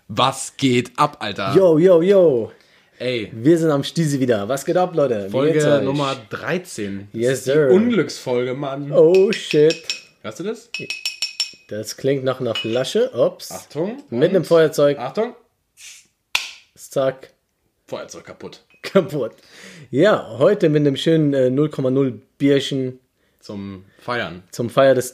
Was geht ab, Alter? Yo, yo, yo. Ey. Wir sind am Stiese wieder. Was geht ab, Leute? Folge Nummer 13. Das yes, ist die sir. Unglücksfolge, Mann. Oh, shit. Hörst du das? Das klingt nach einer Flasche. Ups. Achtung. Mit einem Feuerzeug. Achtung. Zack. Feuerzeug kaputt. Kaputt. Ja, heute mit einem schönen 0,0 Bierchen. Zum Feiern. Zur Feier des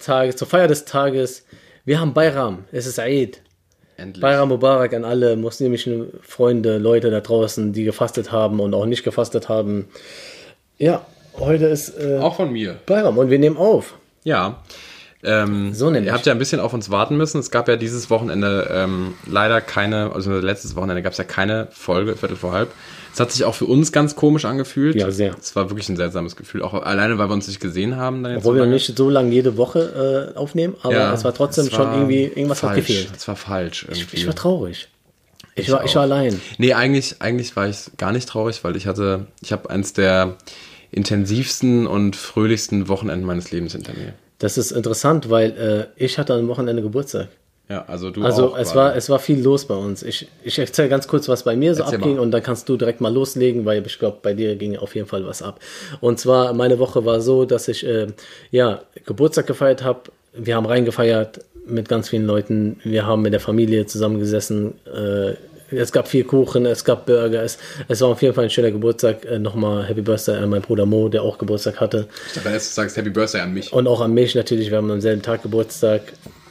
Tages. Wir haben Bayram. Es ist Eid. Endlich. Bayram Mubarak an alle muslimischen Freunde, Leute da draußen, die gefastet haben und auch nicht gefastet haben. Ja, heute ist Auch von mir. Bayram und wir nehmen auf. Ja. So nämlich. Ihr habt ja ein bisschen auf uns warten müssen. Es gab ja dieses Wochenende leider keine, also letztes Wochenende gab es ja keine Folge, Viertel vor halb. Es hat sich auch für uns ganz komisch angefühlt. Ja, sehr. Es war wirklich ein seltsames Gefühl, auch alleine, weil wir uns nicht gesehen haben. Dann jetzt Obwohl so wir lange. nicht so lange jede Woche aufnehmen, aber Ja, es war trotzdem es war schon irgendwie, irgendwas falsch. hat gefehlt. Es war falsch irgendwie. Ich war traurig. Ich auch. war allein. Nee, eigentlich war ich gar nicht traurig, weil ich habe eins der intensivsten und fröhlichsten Wochenenden meines Lebens hinter mir. Das ist interessant, weil ich hatte am Wochenende Geburtstag. Ja, also du Also auch. es war viel los bei uns. Ich erzähle ganz kurz, was bei mir so Erzähl abging mal. und dann kannst du direkt mal loslegen, weil ich glaube, bei dir ging auf jeden Fall was ab. Und zwar, meine Woche war so, dass ich Geburtstag gefeiert habe. Wir haben reingefeiert mit ganz vielen Leuten. Wir haben mit der Familie zusammengesessen. Es gab viel Kuchen, es gab Burger. Es war auf jeden Fall ein schöner Geburtstag. Nochmal Happy Birthday an meinen Bruder Mo, der auch Geburtstag hatte. Ich dachte, du sagst Happy Birthday an mich. Und auch an mich natürlich. Wir haben am selben Tag Geburtstag.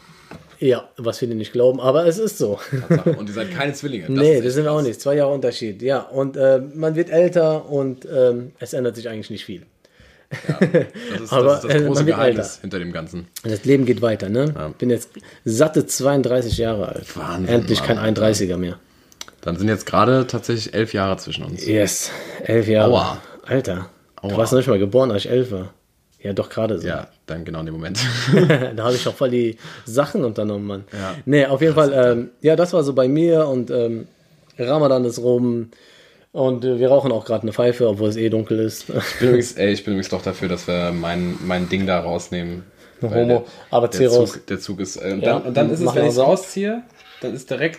Ja, was viele nicht glauben, aber es ist so. Tatsache. Und ihr seid keine Zwillinge. Nee, das sind wir auch nicht. 2 Jahre Unterschied. Ja, und man wird älter und es ändert sich eigentlich nicht viel. Ja, das ist Aber, das große man wird Geheimnis älter. hinter dem Ganzen. Das Leben geht weiter, ne? Ja. Bin jetzt satte 32 Jahre alt. Wahnsinn, Endlich kein Mann. 31er mehr. Dann sind jetzt gerade tatsächlich 11 Jahre zwischen uns. Yes, 11 Jahre. Aua. Alter, Aua. du warst noch nicht mal geboren, als ich 11 war. Ja, doch gerade so. Ja, dann genau in dem Moment. Da habe ich auch voll die Sachen unternommen, Mann. Ja. Nee, auf jeden Fall, das war so bei mir und Ramadan ist rum und wir rauchen auch gerade eine Pfeife, obwohl es dunkel ist. Ich bin übrigens doch dafür, dass wir mein Ding da rausnehmen. Weil Homo, aber zieh raus. Der Zug ist. Ja, Und dann ist es, mach wenn mal ich es so. rausziehe, dann ist direkt.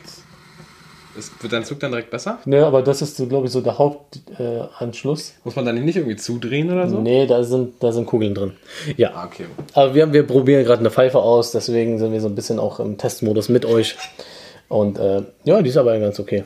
Wird dein Zug dann direkt besser? Ne, aber das ist, so, glaube ich, so der Hauptanschluss. Muss man dann nicht irgendwie zudrehen oder so? Nee, da sind Kugeln drin. Ja, Ah, okay. aber wir probieren gerade eine Pfeife aus, deswegen sind wir so ein bisschen auch im Testmodus mit euch. Und die ist aber ganz okay.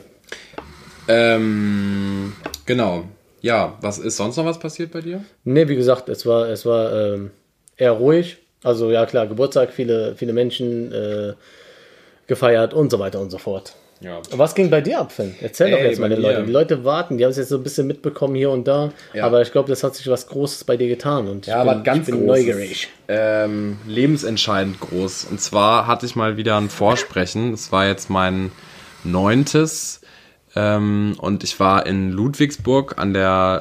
Genau. Ja, was ist sonst noch was passiert bei dir? Ne, wie gesagt, es war eher ruhig. Also ja klar, Geburtstag, viele Menschen gefeiert und so weiter und so fort. Ja. Was ging bei dir ab, Finn? Erzähl doch jetzt mal bei den mir. Leuten. Die Leute warten, die haben es jetzt so ein bisschen mitbekommen hier und da. Ja. Aber ich glaube, das hat sich was Großes bei dir getan. Und Ja, aber ganz ich bin Großes. neugierig. Lebensentscheidend groß. Und zwar hatte ich mal wieder ein Vorsprechen. Es war jetzt mein 9. Und ich war in Ludwigsburg an der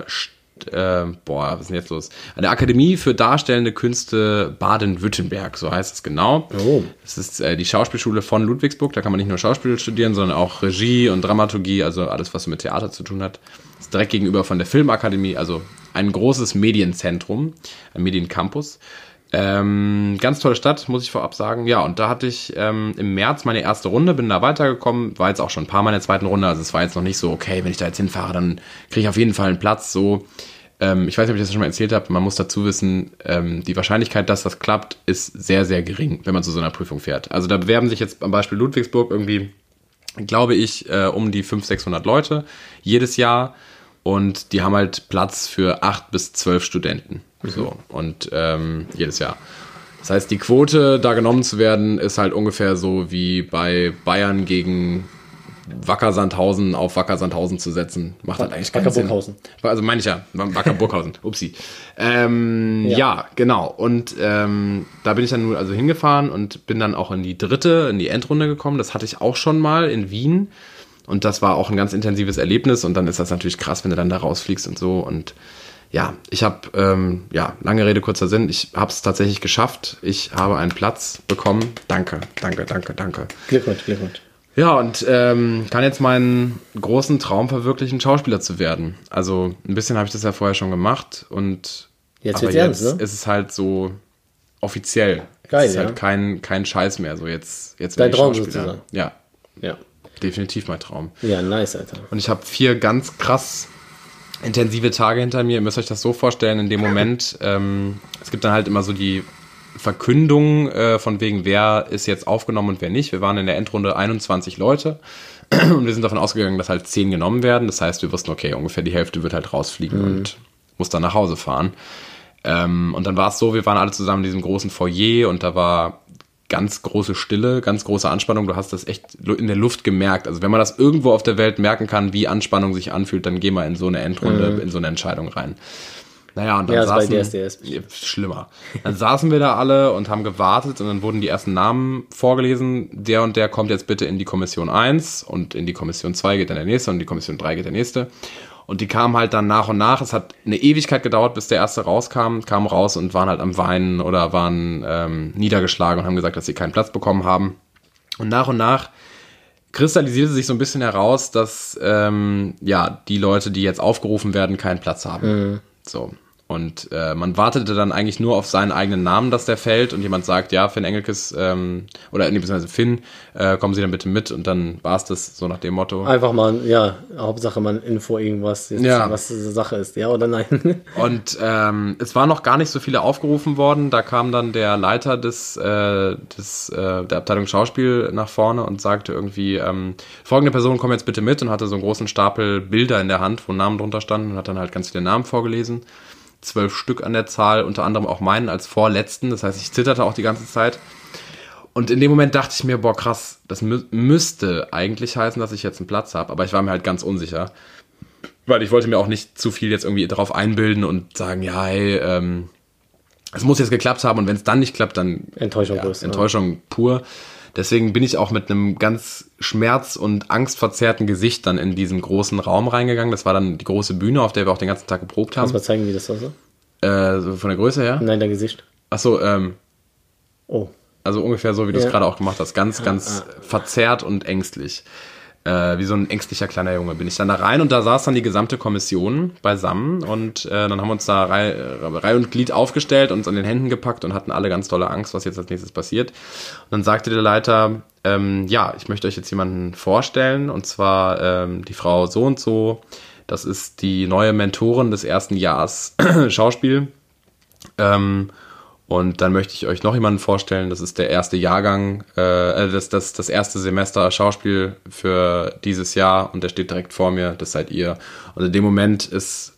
was ist denn jetzt los? An der Akademie für Darstellende Künste Baden-Württemberg, so heißt es genau. Oh. Das ist die Schauspielschule von Ludwigsburg. Da kann man nicht nur Schauspiel studieren, sondern auch Regie und Dramaturgie, also alles, was so mit Theater zu tun hat. Das ist direkt gegenüber von der Filmakademie, also ein großes Medienzentrum, ein Mediencampus. Ganz tolle Stadt, muss ich vorab sagen. Ja, und da hatte ich im März meine erste Runde, bin da weitergekommen, war jetzt auch schon ein paar Mal in der zweiten Runde, also es war jetzt noch nicht so, okay, wenn ich da jetzt hinfahre, dann kriege ich auf jeden Fall einen Platz, so. Ich weiß nicht, ob ich das schon mal erzählt habe, man muss dazu wissen, die Wahrscheinlichkeit, dass das klappt, ist sehr, sehr gering, wenn man zu so einer Prüfung fährt. Also da bewerben sich jetzt am Beispiel Ludwigsburg irgendwie, glaube ich, um die 500, 600 Leute jedes Jahr und die haben halt Platz für 8 bis 12 Studenten. So, und jedes Jahr. Das heißt, die Quote, da genommen zu werden, ist halt ungefähr so wie bei Bayern gegen Wacker Sandhausen auf Wacker Sandhausen zu setzen. Macht halt eigentlich keinen Wacker Sinn. Burghausen. Also meine ich ja, Wacker Burghausen. Upsi. Ja, genau. Und da bin ich dann nur also hingefahren und bin dann auch in die Endrunde gekommen. Das hatte ich auch schon mal in Wien. Und das war auch ein ganz intensives Erlebnis. Und dann ist das natürlich krass, wenn du dann da rausfliegst und so. Und ja, ich habe, lange Rede, kurzer Sinn, ich habe es tatsächlich geschafft. Ich habe einen Platz bekommen. Danke. Glückwunsch. Ja, und kann jetzt meinen großen Traum verwirklichen, Schauspieler zu werden. Also ein bisschen habe ich das ja vorher schon gemacht. Und Jetzt aber wird's ernst, ne? ist es halt so offiziell. Geil, es ist ja. halt kein Scheiß mehr. So jetzt Dein bin ich Traum Schauspieler. sozusagen. Ja. Ja. definitiv mein Traum. Ja, nice, Alter. Und ich habe 4 ganz krass intensive Tage hinter mir. Ihr müsst euch das so vorstellen, in dem Moment, es gibt dann halt immer so die Verkündung von wegen, wer ist jetzt aufgenommen und wer nicht. Wir waren in der Endrunde 21 Leute und wir sind davon ausgegangen, dass halt 10 genommen werden. Das heißt, wir wussten, okay, ungefähr die Hälfte wird halt rausfliegen und muss dann nach Hause fahren. Und dann war es so, wir waren alle zusammen in diesem großen Foyer und da war ganz große Stille, ganz große Anspannung. Du hast das echt in der Luft gemerkt. Also wenn man das irgendwo auf der Welt merken kann, wie Anspannung sich anfühlt, dann geh mal in so eine Endrunde, in so eine Entscheidung rein. Naja, und dann bei DSDS. Schlimmer. Dann saßen wir da alle und haben gewartet und dann wurden die ersten Namen vorgelesen. Der und der kommt jetzt bitte in die Kommission 1 und in die Kommission 2 geht dann der nächste und in die Kommission 3 geht der nächste. Und die kamen halt dann nach und nach. Es hat eine Ewigkeit gedauert, bis der erste rauskam, kamen raus und waren halt am Weinen oder waren niedergeschlagen und haben gesagt, dass sie keinen Platz bekommen haben. Und nach kristallisierte sich so ein bisschen heraus, dass die Leute, die jetzt aufgerufen werden, keinen Platz haben. So. Und man wartete dann eigentlich nur auf seinen eigenen Namen, dass der fällt und jemand sagt, ja, Finn Engelkes, beziehungsweise Finn, kommen Sie dann bitte mit und dann war es das, so nach dem Motto. Einfach mal, Hauptsache mal Info irgendwas, was die Sache ist, ja oder nein? Und es waren noch gar nicht so viele aufgerufen worden, da kam dann der Leiter der Abteilung Schauspiel nach vorne und sagte irgendwie, folgende Personen kommen jetzt bitte mit und hatte so einen großen Stapel Bilder in der Hand, wo Namen drunter standen und hat dann halt ganz viele Namen vorgelesen. 12 Stück an der Zahl, unter anderem auch meinen als vorletzten. Das heißt, ich zitterte auch die ganze Zeit. Und in dem Moment dachte ich mir, boah, krass, das müsste eigentlich heißen, dass ich jetzt einen Platz habe. Aber ich war mir halt ganz unsicher. Weil ich wollte mir auch nicht zu viel jetzt irgendwie drauf einbilden und sagen, ja, hey, es muss jetzt geklappt haben. Und wenn es dann nicht klappt, dann Enttäuschung pur. Deswegen bin ich auch mit einem ganz schmerz- und angstverzerrten Gesicht dann in diesen großen Raum reingegangen. Das war dann die große Bühne, auf der wir auch den ganzen Tag geprobt haben. Kannst du mal zeigen, wie das aussah? So von der Größe her? Nein, dein Gesicht. Achso, Oh. Also ungefähr so, wie du es gerade auch gemacht hast. Ganz verzerrt und ängstlich. Wie so ein ängstlicher kleiner Junge bin ich dann da rein und da saß dann die gesamte Kommission beisammen und dann haben wir uns da Reihe und Glied aufgestellt und uns an den Händen gepackt und hatten alle ganz tolle Angst, was jetzt als nächstes passiert. Und dann sagte der Leiter, ich möchte euch jetzt jemanden vorstellen und zwar die Frau so und so. Das ist die neue Mentorin des ersten Jahres Schauspiel. Und dann möchte ich euch noch jemanden vorstellen, das ist der erste Jahrgang, das erste Semester Schauspiel für dieses Jahr und der steht direkt vor mir, das seid ihr. Und in dem Moment ist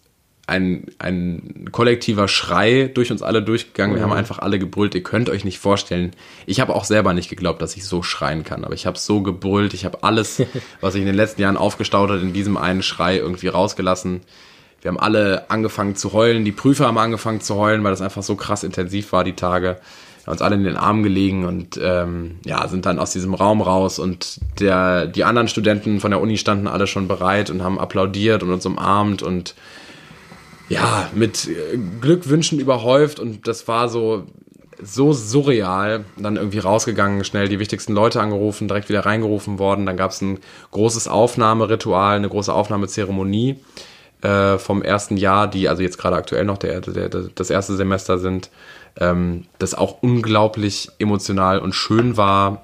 ein kollektiver Schrei durch uns alle durchgegangen, wir haben einfach alle gebrüllt, ihr könnt euch nicht vorstellen. Ich habe auch selber nicht geglaubt, dass ich so schreien kann, aber ich habe so gebrüllt, ich habe alles, was sich in den letzten Jahren aufgestaut hat, in diesem einen Schrei irgendwie rausgelassen. Wir haben alle angefangen zu heulen, die Prüfer haben angefangen zu heulen, weil das einfach so krass intensiv war, die Tage. Wir haben uns alle in den Armen gelegen und sind dann aus diesem Raum raus und die anderen Studenten von der Uni standen alle schon bereit und haben applaudiert und uns umarmt und mit Glückwünschen überhäuft und das war so surreal. Dann irgendwie rausgegangen, schnell die wichtigsten Leute angerufen, direkt wieder reingerufen worden. Dann gab es ein großes Aufnahmeritual, eine große Aufnahmezeremonie vom ersten Jahr, die also jetzt gerade aktuell noch das erste Semester sind, das auch unglaublich emotional und schön war.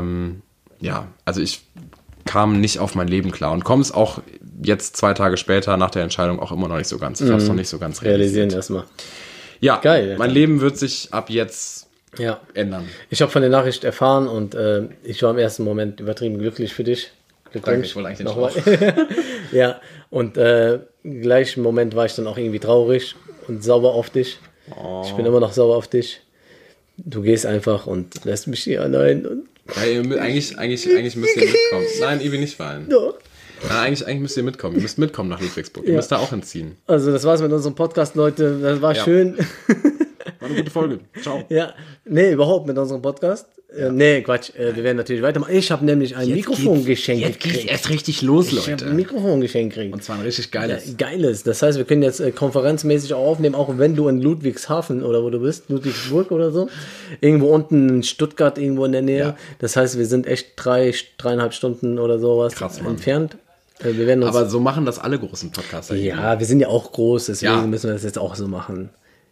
Also ich kam nicht auf mein Leben klar und komme es auch jetzt 2 Tage später nach der Entscheidung auch immer noch nicht so ganz. Ich habe es noch nicht so ganz realisieren erstmal. Ja, geil. Mein Leben wird sich ab jetzt ändern. Ich habe von der Nachricht erfahren und ich war im ersten Moment übertrieben glücklich für dich. Danke, ich wollte eigentlich nochmal. Ja, und im gleichen Moment war ich dann auch irgendwie traurig und sauer auf dich. Oh. Ich bin immer noch sauer auf dich. Du gehst einfach und lässt mich hier allein. Und eigentlich müsst ihr mitkommen. Nein, Ivi, nicht weinen. Doch. Nein, eigentlich müsst ihr mitkommen. Ihr müsst mitkommen nach Ludwigsburg. Ihr müsst da auch entziehen. Also das war's mit unserem Podcast, Leute. Das war schön. War eine gute Folge. Ciao. Ja, nee, überhaupt mit unserem Podcast. Ja. Nee, Quatsch. Wir werden natürlich weitermachen. Ich habe nämlich ein Mikrofon geschenkt gekriegt. Jetzt geht's erst richtig los, Leute. Ich habe ein Mikrofon geschenkt gekriegt. Und zwar ein richtig geiles. Ja, geiles. Das heißt, wir können jetzt konferenzmäßig auch aufnehmen, auch wenn du in Ludwigshafen oder wo du bist, Ludwigsburg oder so. Irgendwo unten in Stuttgart, irgendwo in der Nähe. Ja. Das heißt, wir sind echt 3,5 Stunden oder sowas entfernt. Wir werden uns aber so machen das alle großen Podcaster. Ja, wir sind ja auch groß, deswegen müssen wir das jetzt auch so machen.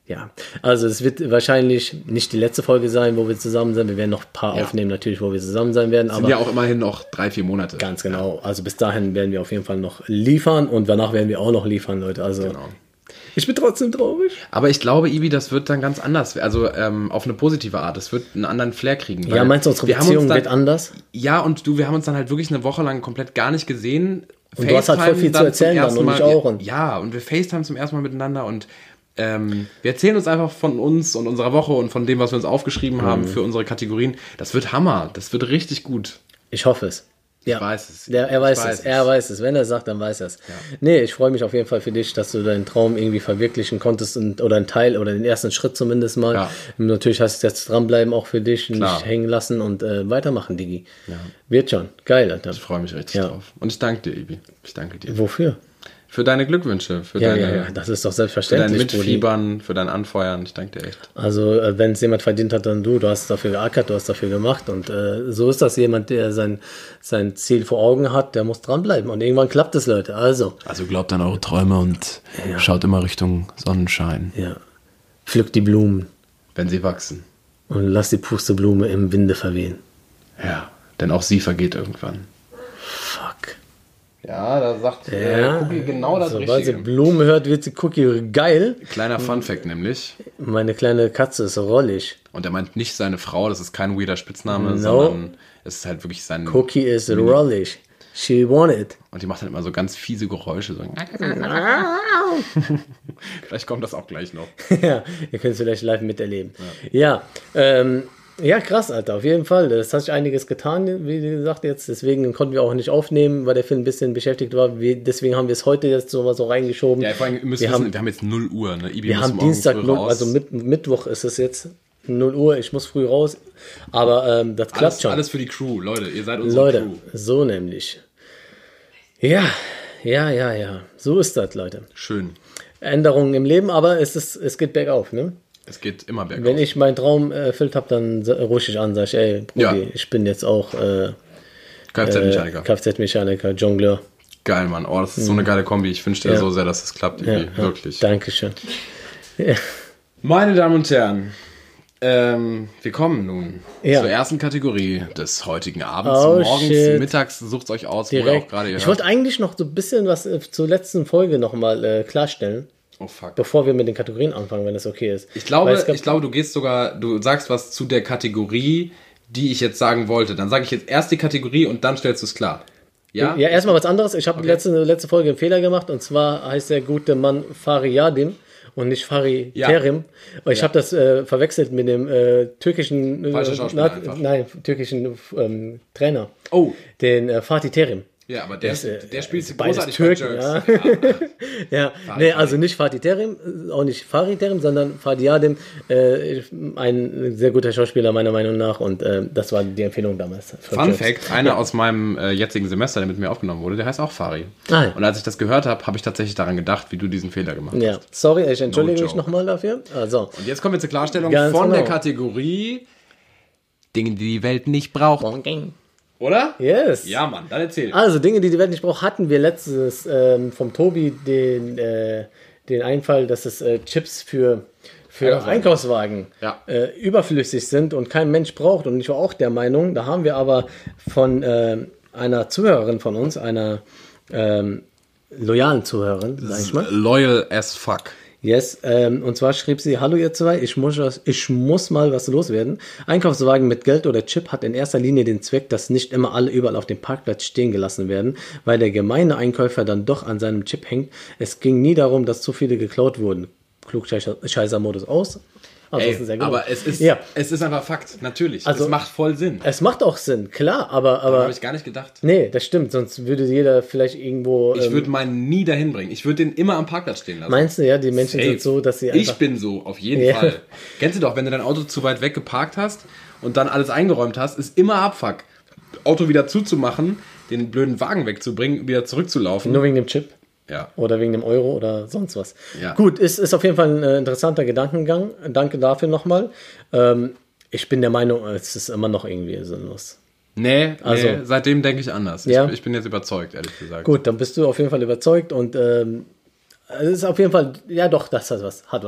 Ja, also es wird wahrscheinlich nicht die letzte Folge sein, wo wir zusammen sind. Wir werden noch ein paar aufnehmen, natürlich, wo wir zusammen sein werden. Das sind ja auch immerhin noch 3-4 Monate. Ganz genau. Also bis dahin werden wir auf jeden Fall noch liefern und danach werden wir auch noch liefern, Leute. Also ich bin trotzdem traurig. Aber ich glaube, Ibi, das wird dann ganz anders. Also auf eine positive Art. Es wird einen anderen Flair kriegen. Ja, meinst du, unsere Beziehung wird anders? Ja, und wir haben uns dann halt wirklich eine Woche lang komplett gar nicht gesehen. Und du hast halt voll viel zu erzählen dann und ich auch. Ja, und wir FaceTime zum ersten Mal miteinander und wir erzählen uns einfach von uns und unserer Woche und von dem, was wir uns aufgeschrieben haben für unsere Kategorien. Das wird Hammer. Das wird richtig gut. Ich hoffe es. Ja. Ich weiß es. Er weiß es. Wenn er sagt, dann weiß er es. Ja. Nee, ich freue mich auf jeden Fall für dich, dass du deinen Traum irgendwie verwirklichen konntest oder einen Teil oder den ersten Schritt zumindest mal. Ja. Natürlich hast du jetzt dranbleiben auch für dich, nicht hängen lassen und weitermachen, Digi. Ja. Wird schon. Geil, Alter. Ich freue mich richtig drauf. Und ich danke dir, Ibi. Ich danke dir. Wofür? Für deine Glückwünsche, für das ist doch selbstverständlich. Für dein Mitfiebern, für dein Anfeuern, ich danke dir echt. Also, wenn es jemand verdient hat, dann du hast dafür geackert, du hast dafür gemacht und so ist das jemand, der sein Ziel vor Augen hat, der muss dranbleiben und irgendwann klappt es, Leute, also. Also glaubt an eure Träume und schaut immer Richtung Sonnenschein. Ja. Pflückt die Blumen. Wenn sie wachsen. Und lasst die Pusteblume im Winde verwehen. Ja, denn auch sie vergeht irgendwann. Fuck. Ja, da sagt Cookie genau das Richtige. Sobald sie Blumen hört, wird sie Cookie geil. Kleiner Funfact nämlich. Meine kleine Katze ist rollig. Und er meint nicht seine Frau, das ist kein weirder Spitzname, sondern es ist halt wirklich sein... Cookie ist rollig. She wanted. Und die macht dann immer so ganz fiese Geräusche. So. Vielleicht kommt das auch gleich noch. Ja, ihr könnt es vielleicht live miterleben. Ja, krass, Alter, auf jeden Fall. Das hat sich einiges getan, wie gesagt, jetzt. Deswegen konnten wir auch nicht aufnehmen, weil der Film ein bisschen beschäftigt war. Deswegen haben wir es heute jetzt so mal so reingeschoben. Ja, vor allem, wir haben jetzt 0 Uhr. Ne? Wir haben Dienstag, also Mittwoch ist es jetzt. 0 Uhr, ich muss früh raus. Aber das klappt schon. Alles für die Crew, Leute. Ihr seid unsere Crew. Leute, so nämlich. Ja. So ist das, Leute. Schön. Änderungen im Leben, aber es geht bergauf, ne? Es geht immer bergauf. Wenn ich meinen Traum erfüllt habe, dann rufe ich an, sage ich, ey, Brudi, ich bin jetzt auch Kfz-Mechaniker. Kfz-Mechaniker, Jongleur. Geil, Mann. Oh, das ist so eine geile Kombi. Ich wünsche dir so sehr, dass es klappt. Wirklich. Dankeschön. Ja. Meine Damen und Herren, wir kommen nun zur ersten Kategorie des heutigen Abends. Morgens, mittags, sucht es euch aus, direkt. Wo ihr auch ich wollte eigentlich noch so ein bisschen was zur letzten Folge nochmal klarstellen. Oh fuck. Bevor wir mit den Kategorien anfangen, wenn das okay ist. Ich glaube, du sagst was zu der Kategorie, die ich jetzt sagen wollte. Dann sage ich jetzt erst die Kategorie und dann stellst du es klar. Ja? Ja, erstmal was anderes. Ich habe letzte Folge einen Fehler gemacht und zwar heißt der gute Mann Fariyadim und nicht Fari Terim. Ich habe das verwechselt mit dem türkischen türkischen Trainer. Oh. Den Fatih Terim. Ja, aber der spielt großartig bei Jerks. Ja. Nee, also nicht Fatih Terim, auch nicht Fari Terim, sondern Fariyadim, ein sehr guter Schauspieler meiner Meinung nach und das war die Empfehlung damals. Fun Fact, einer aus meinem jetzigen Semester, der mit mir aufgenommen wurde, der heißt auch Fari. Und als ich das gehört habe, habe ich tatsächlich daran gedacht, wie du diesen Fehler gemacht hast. Ja, sorry, ich entschuldige mich nochmal dafür. Also. Und jetzt kommen wir zur Klarstellung der Kategorie Dinge, die die Welt nicht braucht. Oder? Yes. Ja, Mann, dann erzähl. Also, Dinge, die die Welt nicht braucht, hatten wir letztes vom Tobi den Einfall, dass es Chips für Einkaufswagen überflüssig sind und kein Mensch braucht. Und ich war auch der Meinung, da haben wir aber von einer Zuhörerin von uns, einer loyalen Zuhörerin, sag ich mal. Loyal as fuck. Yes, und zwar schrieb sie: Hallo ihr zwei, ich muss mal was loswerden. Einkaufswagen mit Geld oder Chip hat in erster Linie den Zweck, dass nicht immer alle überall auf dem Parkplatz stehen gelassen werden, weil der gemeine Einkäufer dann doch an seinem Chip hängt. Es ging nie darum, dass zu viele geklaut wurden. Klugscheißer-Modus aus. Also aber es ist einfach Fakt, natürlich. Also, es macht voll Sinn. Es macht auch Sinn, klar, aber habe ich gar nicht gedacht. Nee, das stimmt, sonst würde jeder vielleicht irgendwo... Ich würde meinen nie dahin bringen. Ich würde den immer am Parkplatz stehen lassen. Meinst du, ja, die Menschen sind so, dass sie einfach... Ich bin so, auf jeden Fall. Kennst du doch, wenn du dein Auto zu weit weg geparkt hast und dann alles eingeräumt hast, ist immer Abfuck. Auto wieder zuzumachen, den blöden Wagen wegzubringen, wieder zurückzulaufen. Nur wegen dem Chip? Ja. Oder wegen dem Euro oder sonst was. Ja. Gut, ist auf jeden Fall ein interessanter Gedankengang. Danke dafür nochmal. Ich bin der Meinung, es ist immer noch irgendwie sinnlos. Nee, seitdem denke ich anders. Ja? Ich bin jetzt überzeugt, ehrlich gesagt. Gut, dann bist du auf jeden Fall überzeugt und es ist auf jeden Fall, ja doch, das hat was.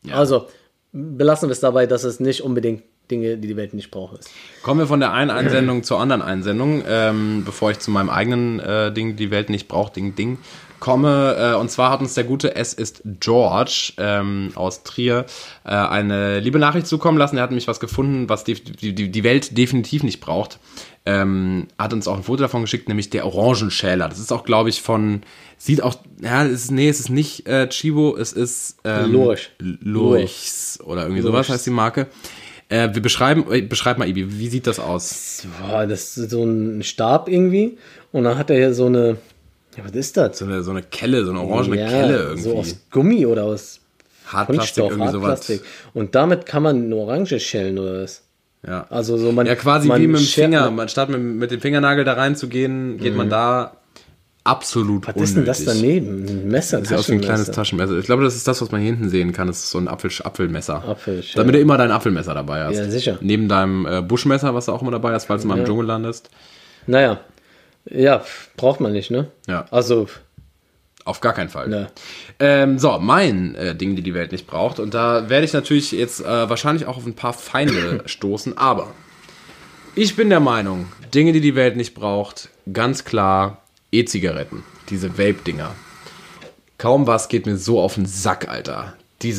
Also belassen wir es dabei, dass es nicht unbedingt Dinge, die die Welt nicht braucht, ist. Kommen wir von der einen Einsendung zur anderen Einsendung, bevor ich zu meinem eigenen Ding, die Welt nicht braucht, Ding komme. Und zwar hat uns der gute Es ist George aus Trier eine liebe Nachricht zukommen lassen. Er hat nämlich was gefunden, was die Welt definitiv nicht braucht. Hat uns auch ein Foto davon geschickt, nämlich der Orangenschäler. Das ist auch, glaube ich, sieht auch, ja, es ist nicht Chibo, es ist Lurchs oder irgendwie sowas heißt die Marke. Beschreib mal, Ibi, wie sieht das aus? Das ist so ein Stab irgendwie und dann hat er hier so eine, ja, was ist das? So eine Kelle, so eine orangene Kelle irgendwie. So aus Gummi oder aus Hartplastik, irgendwie Hartplastik. Und damit kann man eine Orange schälen oder was? Ja. Also so man, ja, quasi wie mit dem Finger. Statt mit dem Fingernagel da reinzugehen, geht man da absolut unnötig. Was ist denn das daneben? Ein Messer? Das ist aus wie ein kleines Taschenmesser. Ich glaube, das ist das, was man hier hinten sehen kann. Das ist so ein Apfelmesser. Apfelschäler. Damit du immer dein Apfelmesser dabei hast. Ja, sicher. Neben deinem Buschmesser, was du auch immer dabei hast, falls du mal im Dschungel landest. Naja. Ja, braucht man nicht, ne? Ja. Also... Auf gar keinen Fall. Ne. So, mein Ding, die Welt nicht braucht. Und da werde ich natürlich jetzt wahrscheinlich auch auf ein paar Feinde stoßen. Aber ich bin der Meinung, Dinge, die Welt nicht braucht, ganz klar E-Zigaretten. Diese Vape-Dinger. Kaum was geht mir so auf den Sack, Alter.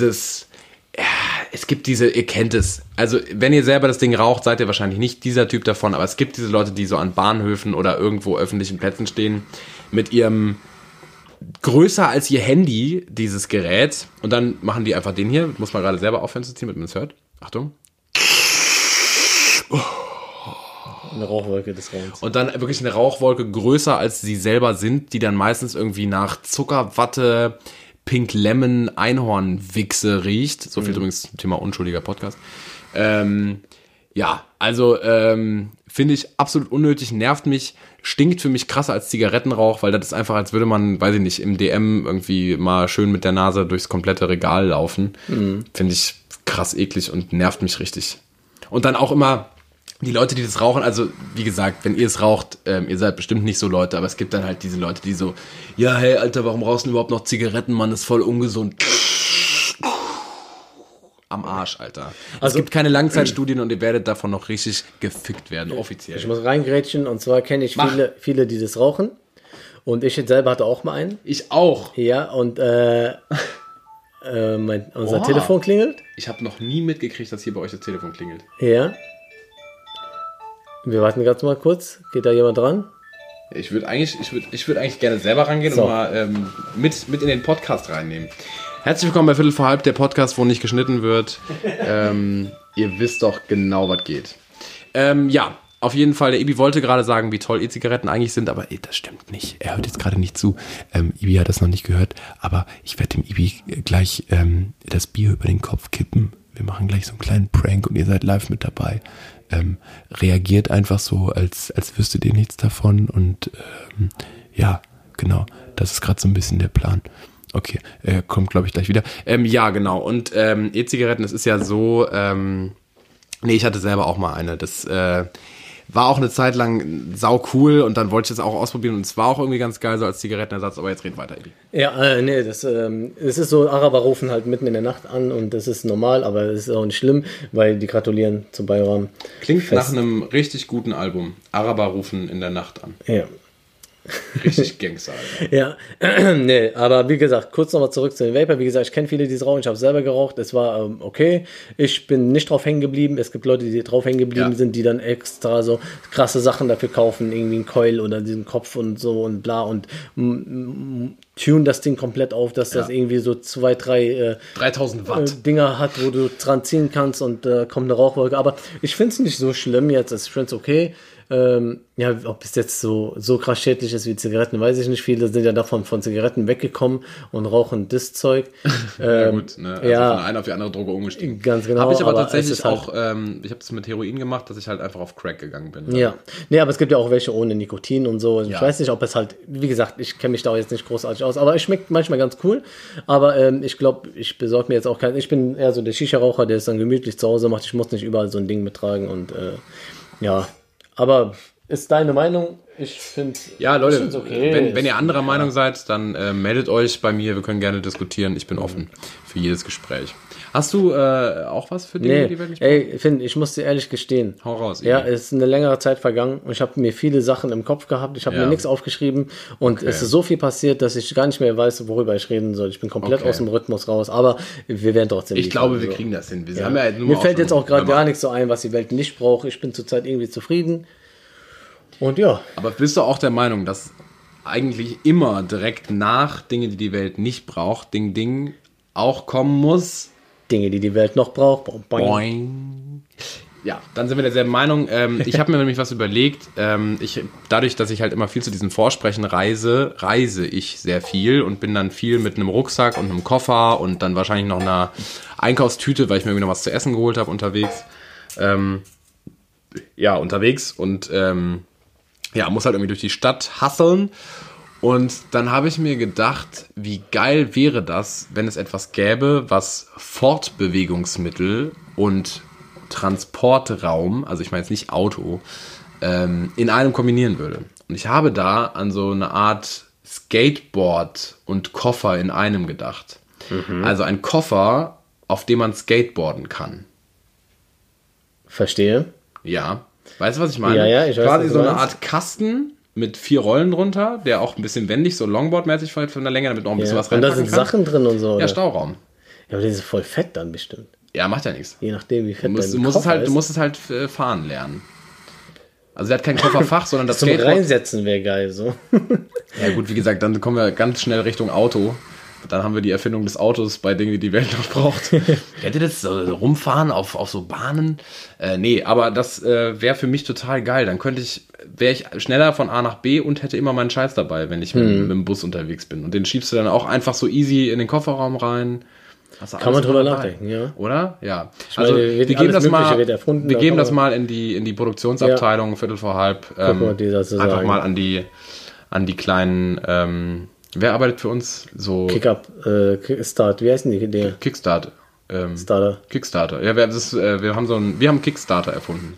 Es gibt ihr kennt es. Also, wenn ihr selber das Ding raucht, seid ihr wahrscheinlich nicht dieser Typ davon. Aber es gibt diese Leute, die so an Bahnhöfen oder irgendwo öffentlichen Plätzen stehen mit ihrem größer als ihr Handy, dieses Gerät. Und dann machen die einfach den hier. Muss man gerade selber aufhören zu ziehen, damit man es hört. Achtung. Eine Rauchwolke des Raums. Und dann wirklich eine Rauchwolke größer als sie selber sind, die dann meistens irgendwie nach Zuckerwatte, Pink Lemon, Einhornwichse riecht. So viel übrigens zum Thema unschuldiger Podcast. Ja, also finde ich absolut unnötig, nervt mich, stinkt für mich krasser als Zigarettenrauch, weil das ist einfach, als würde man, weiß ich nicht, im DM irgendwie mal schön mit der Nase durchs komplette Regal laufen. Finde ich krass eklig und nervt mich richtig. Und dann auch immer die Leute, die das rauchen, also wie gesagt, wenn ihr es raucht, ihr seid bestimmt nicht so Leute, aber es gibt dann halt diese Leute, die so, ja, hey, Alter, warum rauchst du überhaupt noch Zigaretten, Mann, das ist voll ungesund. Am Arsch, Alter. Also, es gibt keine Langzeitstudien und ihr werdet davon noch richtig gefickt werden, offiziell. Ich muss reingrätschen und zwar kenne ich viele, die das rauchen. Und ich selber hatte auch mal einen. Ich auch. Ja, und unser Telefon klingelt. Ich habe noch nie mitgekriegt, dass hier bei euch das Telefon klingelt. Ja. Wir warten ganz mal kurz. Geht da jemand dran? Ich würde eigentlich gerne selber rangehen und mal mit in den Podcast reinnehmen. Herzlich willkommen bei Viertel vor halb, der Podcast, wo nicht geschnitten wird. Ihr wisst doch genau, was geht. Ja, auf jeden Fall, der Ibi wollte gerade sagen, wie toll E-Zigaretten eigentlich sind, aber das stimmt nicht. Er hört jetzt gerade nicht zu. Ibi hat das noch nicht gehört, aber ich werde dem Ibi gleich das Bier über den Kopf kippen. Wir machen gleich so einen kleinen Prank und ihr seid live mit dabei. Reagiert einfach so, als wüsstet ihr nichts davon und ja, genau, das ist gerade so ein bisschen der Plan. Okay, kommt glaube ich gleich wieder. Ja, genau, und E-Zigaretten, das ist ja so, ich hatte selber auch mal eine, das war auch eine Zeit lang sau cool und dann wollte ich das auch ausprobieren und es war auch irgendwie ganz geil, so als Zigarettenersatz, aber jetzt red weiter, Eddie. Ja, das ist so, Araber rufen halt mitten in der Nacht an und das ist normal, aber es ist auch nicht schlimm, weil die gratulieren zum Bayram. Klingt nach einem richtig guten Album. Araber rufen in der Nacht an. Ja. Richtig Gangster, Alter. Ja, nee, aber wie gesagt, kurz nochmal zurück zu den Vapor. Wie gesagt, ich kenne viele, die es rauchen. Ich habe selber geraucht. Es war okay. Ich bin nicht drauf hängen geblieben. Es gibt Leute, die drauf hängen geblieben sind, die dann extra so krasse Sachen dafür kaufen. Irgendwie einen Coil oder diesen Kopf und so und bla und tune das Ding komplett auf, dass das irgendwie so 2, 3 3000 Watt Dinger hat, wo du dran ziehen kannst und kommt eine Rauchwolke. Aber ich finde es nicht so schlimm jetzt. Ich finde es okay. Ja, ob es jetzt so krass schädlich ist wie Zigaretten, weiß ich nicht. Viele sind ja davon von Zigaretten weggekommen und rauchen das Zeug. Ja gut, ne? Also von einer auf die andere Droge umgestiegen. Ganz genau. Habe ich aber tatsächlich auch, ich habe das mit Heroin gemacht, dass ich halt einfach auf Crack gegangen bin. Ja, nee, aber es gibt ja auch welche ohne Nikotin und so. Ich weiß nicht, ob es halt, wie gesagt, ich kenne mich da jetzt nicht großartig aus, aber es schmeckt manchmal ganz cool. Aber ich glaube, ich besorge mir jetzt auch ich bin eher so der Shisha-Raucher, der es dann gemütlich zu Hause macht. Ich muss nicht überall so ein Ding mittragen und ja. Aber ist deine Meinung. Ich finde Ja, Leute, okay. wenn ihr anderer Meinung seid, dann meldet euch bei mir. Wir können gerne diskutieren. Ich bin offen für jedes Gespräch. Hast du auch was für Dinge, die wir nicht brauchen? Ey, Finn, ich muss dir ehrlich gestehen. Hau raus. Ja, es ist eine längere Zeit vergangen und ich habe mir viele Sachen im Kopf gehabt. Ich habe mir nichts aufgeschrieben und es ist so viel passiert, dass ich gar nicht mehr weiß, worüber ich reden soll. Ich bin komplett aus dem Rhythmus raus, aber wir werden trotzdem Ich glaube, wir kriegen das hin. Wir haben ja Mir fällt jetzt auch gerade gar nichts so ein, was die Welt nicht braucht. Ich bin zurzeit irgendwie zufrieden. Und ja. Aber bist du auch der Meinung, dass eigentlich immer direkt nach Dinge, die die Welt nicht braucht, Ding auch kommen muss? Dinge, die die Welt noch braucht. Boing. Boing. Ja, dann sind wir derselben Meinung. Ich habe mir nämlich was überlegt. Dadurch, dass ich halt immer viel zu diesen Vorsprechen reise ich sehr viel und bin dann viel mit einem Rucksack und einem Koffer und dann wahrscheinlich noch einer Einkaufstüte, weil ich mir irgendwie noch was zu essen geholt habe unterwegs. Unterwegs und muss halt irgendwie durch die Stadt hustlen. Und dann habe ich mir gedacht, wie geil wäre das, wenn es etwas gäbe, was Fortbewegungsmittel und Transportraum, also ich meine jetzt nicht Auto, in einem kombinieren würde. Und ich habe da an so eine Art Skateboard und Koffer in einem gedacht. Also ein Koffer, auf dem man skateboarden kann. Verstehe. Ja. Weißt du, was ich meine? Ja, ich weiß, quasi was so du eine meinst. Art Kasten mit 4 Rollen drunter, der auch ein bisschen wendig, so Longboard-mäßig von der Länge, damit man auch ein bisschen was Und da reinpacken sind kann. Sachen drin und so. Ja, oder? Stauraum. Ja, aber die sind voll fett dann bestimmt. Ja, macht ja nichts. Je nachdem, wie fett Du musst es halt fahren lernen. Also der hat kein Kofferfach, sondern das Zum Skateboard. Reinsetzen wäre geil, so. Ja gut, wie gesagt, dann kommen wir ganz schnell Richtung Auto. Dann haben wir die Erfindung des Autos bei Dingen, die die Welt noch braucht. Hätte das so rumfahren auf so Bahnen? Nee, aber das wäre für mich total geil. Dann wäre ich schneller von A nach B und hätte immer meinen Scheiß dabei, wenn ich mit dem Bus unterwegs bin. Und den schiebst du dann auch einfach so easy in den Kofferraum rein. Kann man drüber nachdenken, ja. Oder? Ja. meine, Wir geben das aber mal in die Produktionsabteilung, Viertel vor halb. mal, die das so einfach sagen. mal an die kleinen. Wer arbeitet für uns? So Start, wie heißen die Dinge? Kickstart. Starter. Kickstarter. Ja, wir haben Kickstarter erfunden.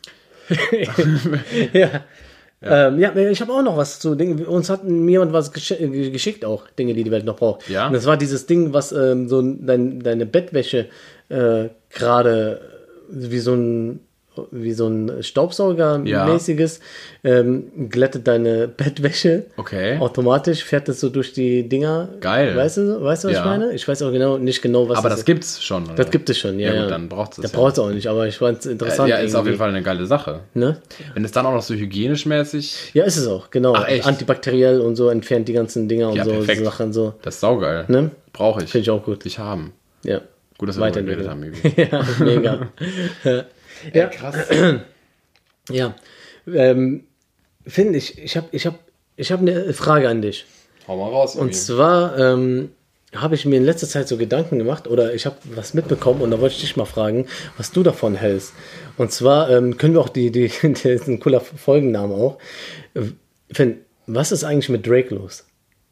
Ja. Ich habe auch noch was zu Dingen. Uns hat mir jemand was geschickt, auch Dinge, die die Welt noch braucht. Ja. Und das war dieses Ding, was so deine Bettwäsche gerade wie so ein Staubsauger-mäßiges glättet deine Bettwäsche. Okay. Automatisch fährt das so durch die Dinger. Geil. Weißt du, was ich meine? Ich weiß auch nicht genau, was Aber das das gibt's schon. Oder? Das gibt es schon, ja. Ja, gut, dann braucht es das. Braucht es auch nicht, aber ich fand es interessant. Ja, ist auf irgendwie. jeden Fall eine geile Sache. Ne? Wenn es dann auch noch so hygienisch-mäßig. Ja, ist es auch, genau. Ach, echt? Antibakteriell und so entfernt die ganzen Dinger Ja, und so perfekt. Sachen so. Das ist saugeil. Ne? Brauche ich. Finde ich auch gut. Ich haben. Ja. Gut, dass wir darüber geredet haben, Ibi. Ja, mega. Ja, krass. ja. Finde ich hab eine Frage an dich. Hau mal raus. Und zwar habe ich mir in letzter Zeit so Gedanken gemacht oder ich habe was mitbekommen und da wollte ich dich mal fragen, was du davon hältst. Und zwar können wir auch das ist ein cooler Folgenname auch. Finn, was ist eigentlich mit Drake los?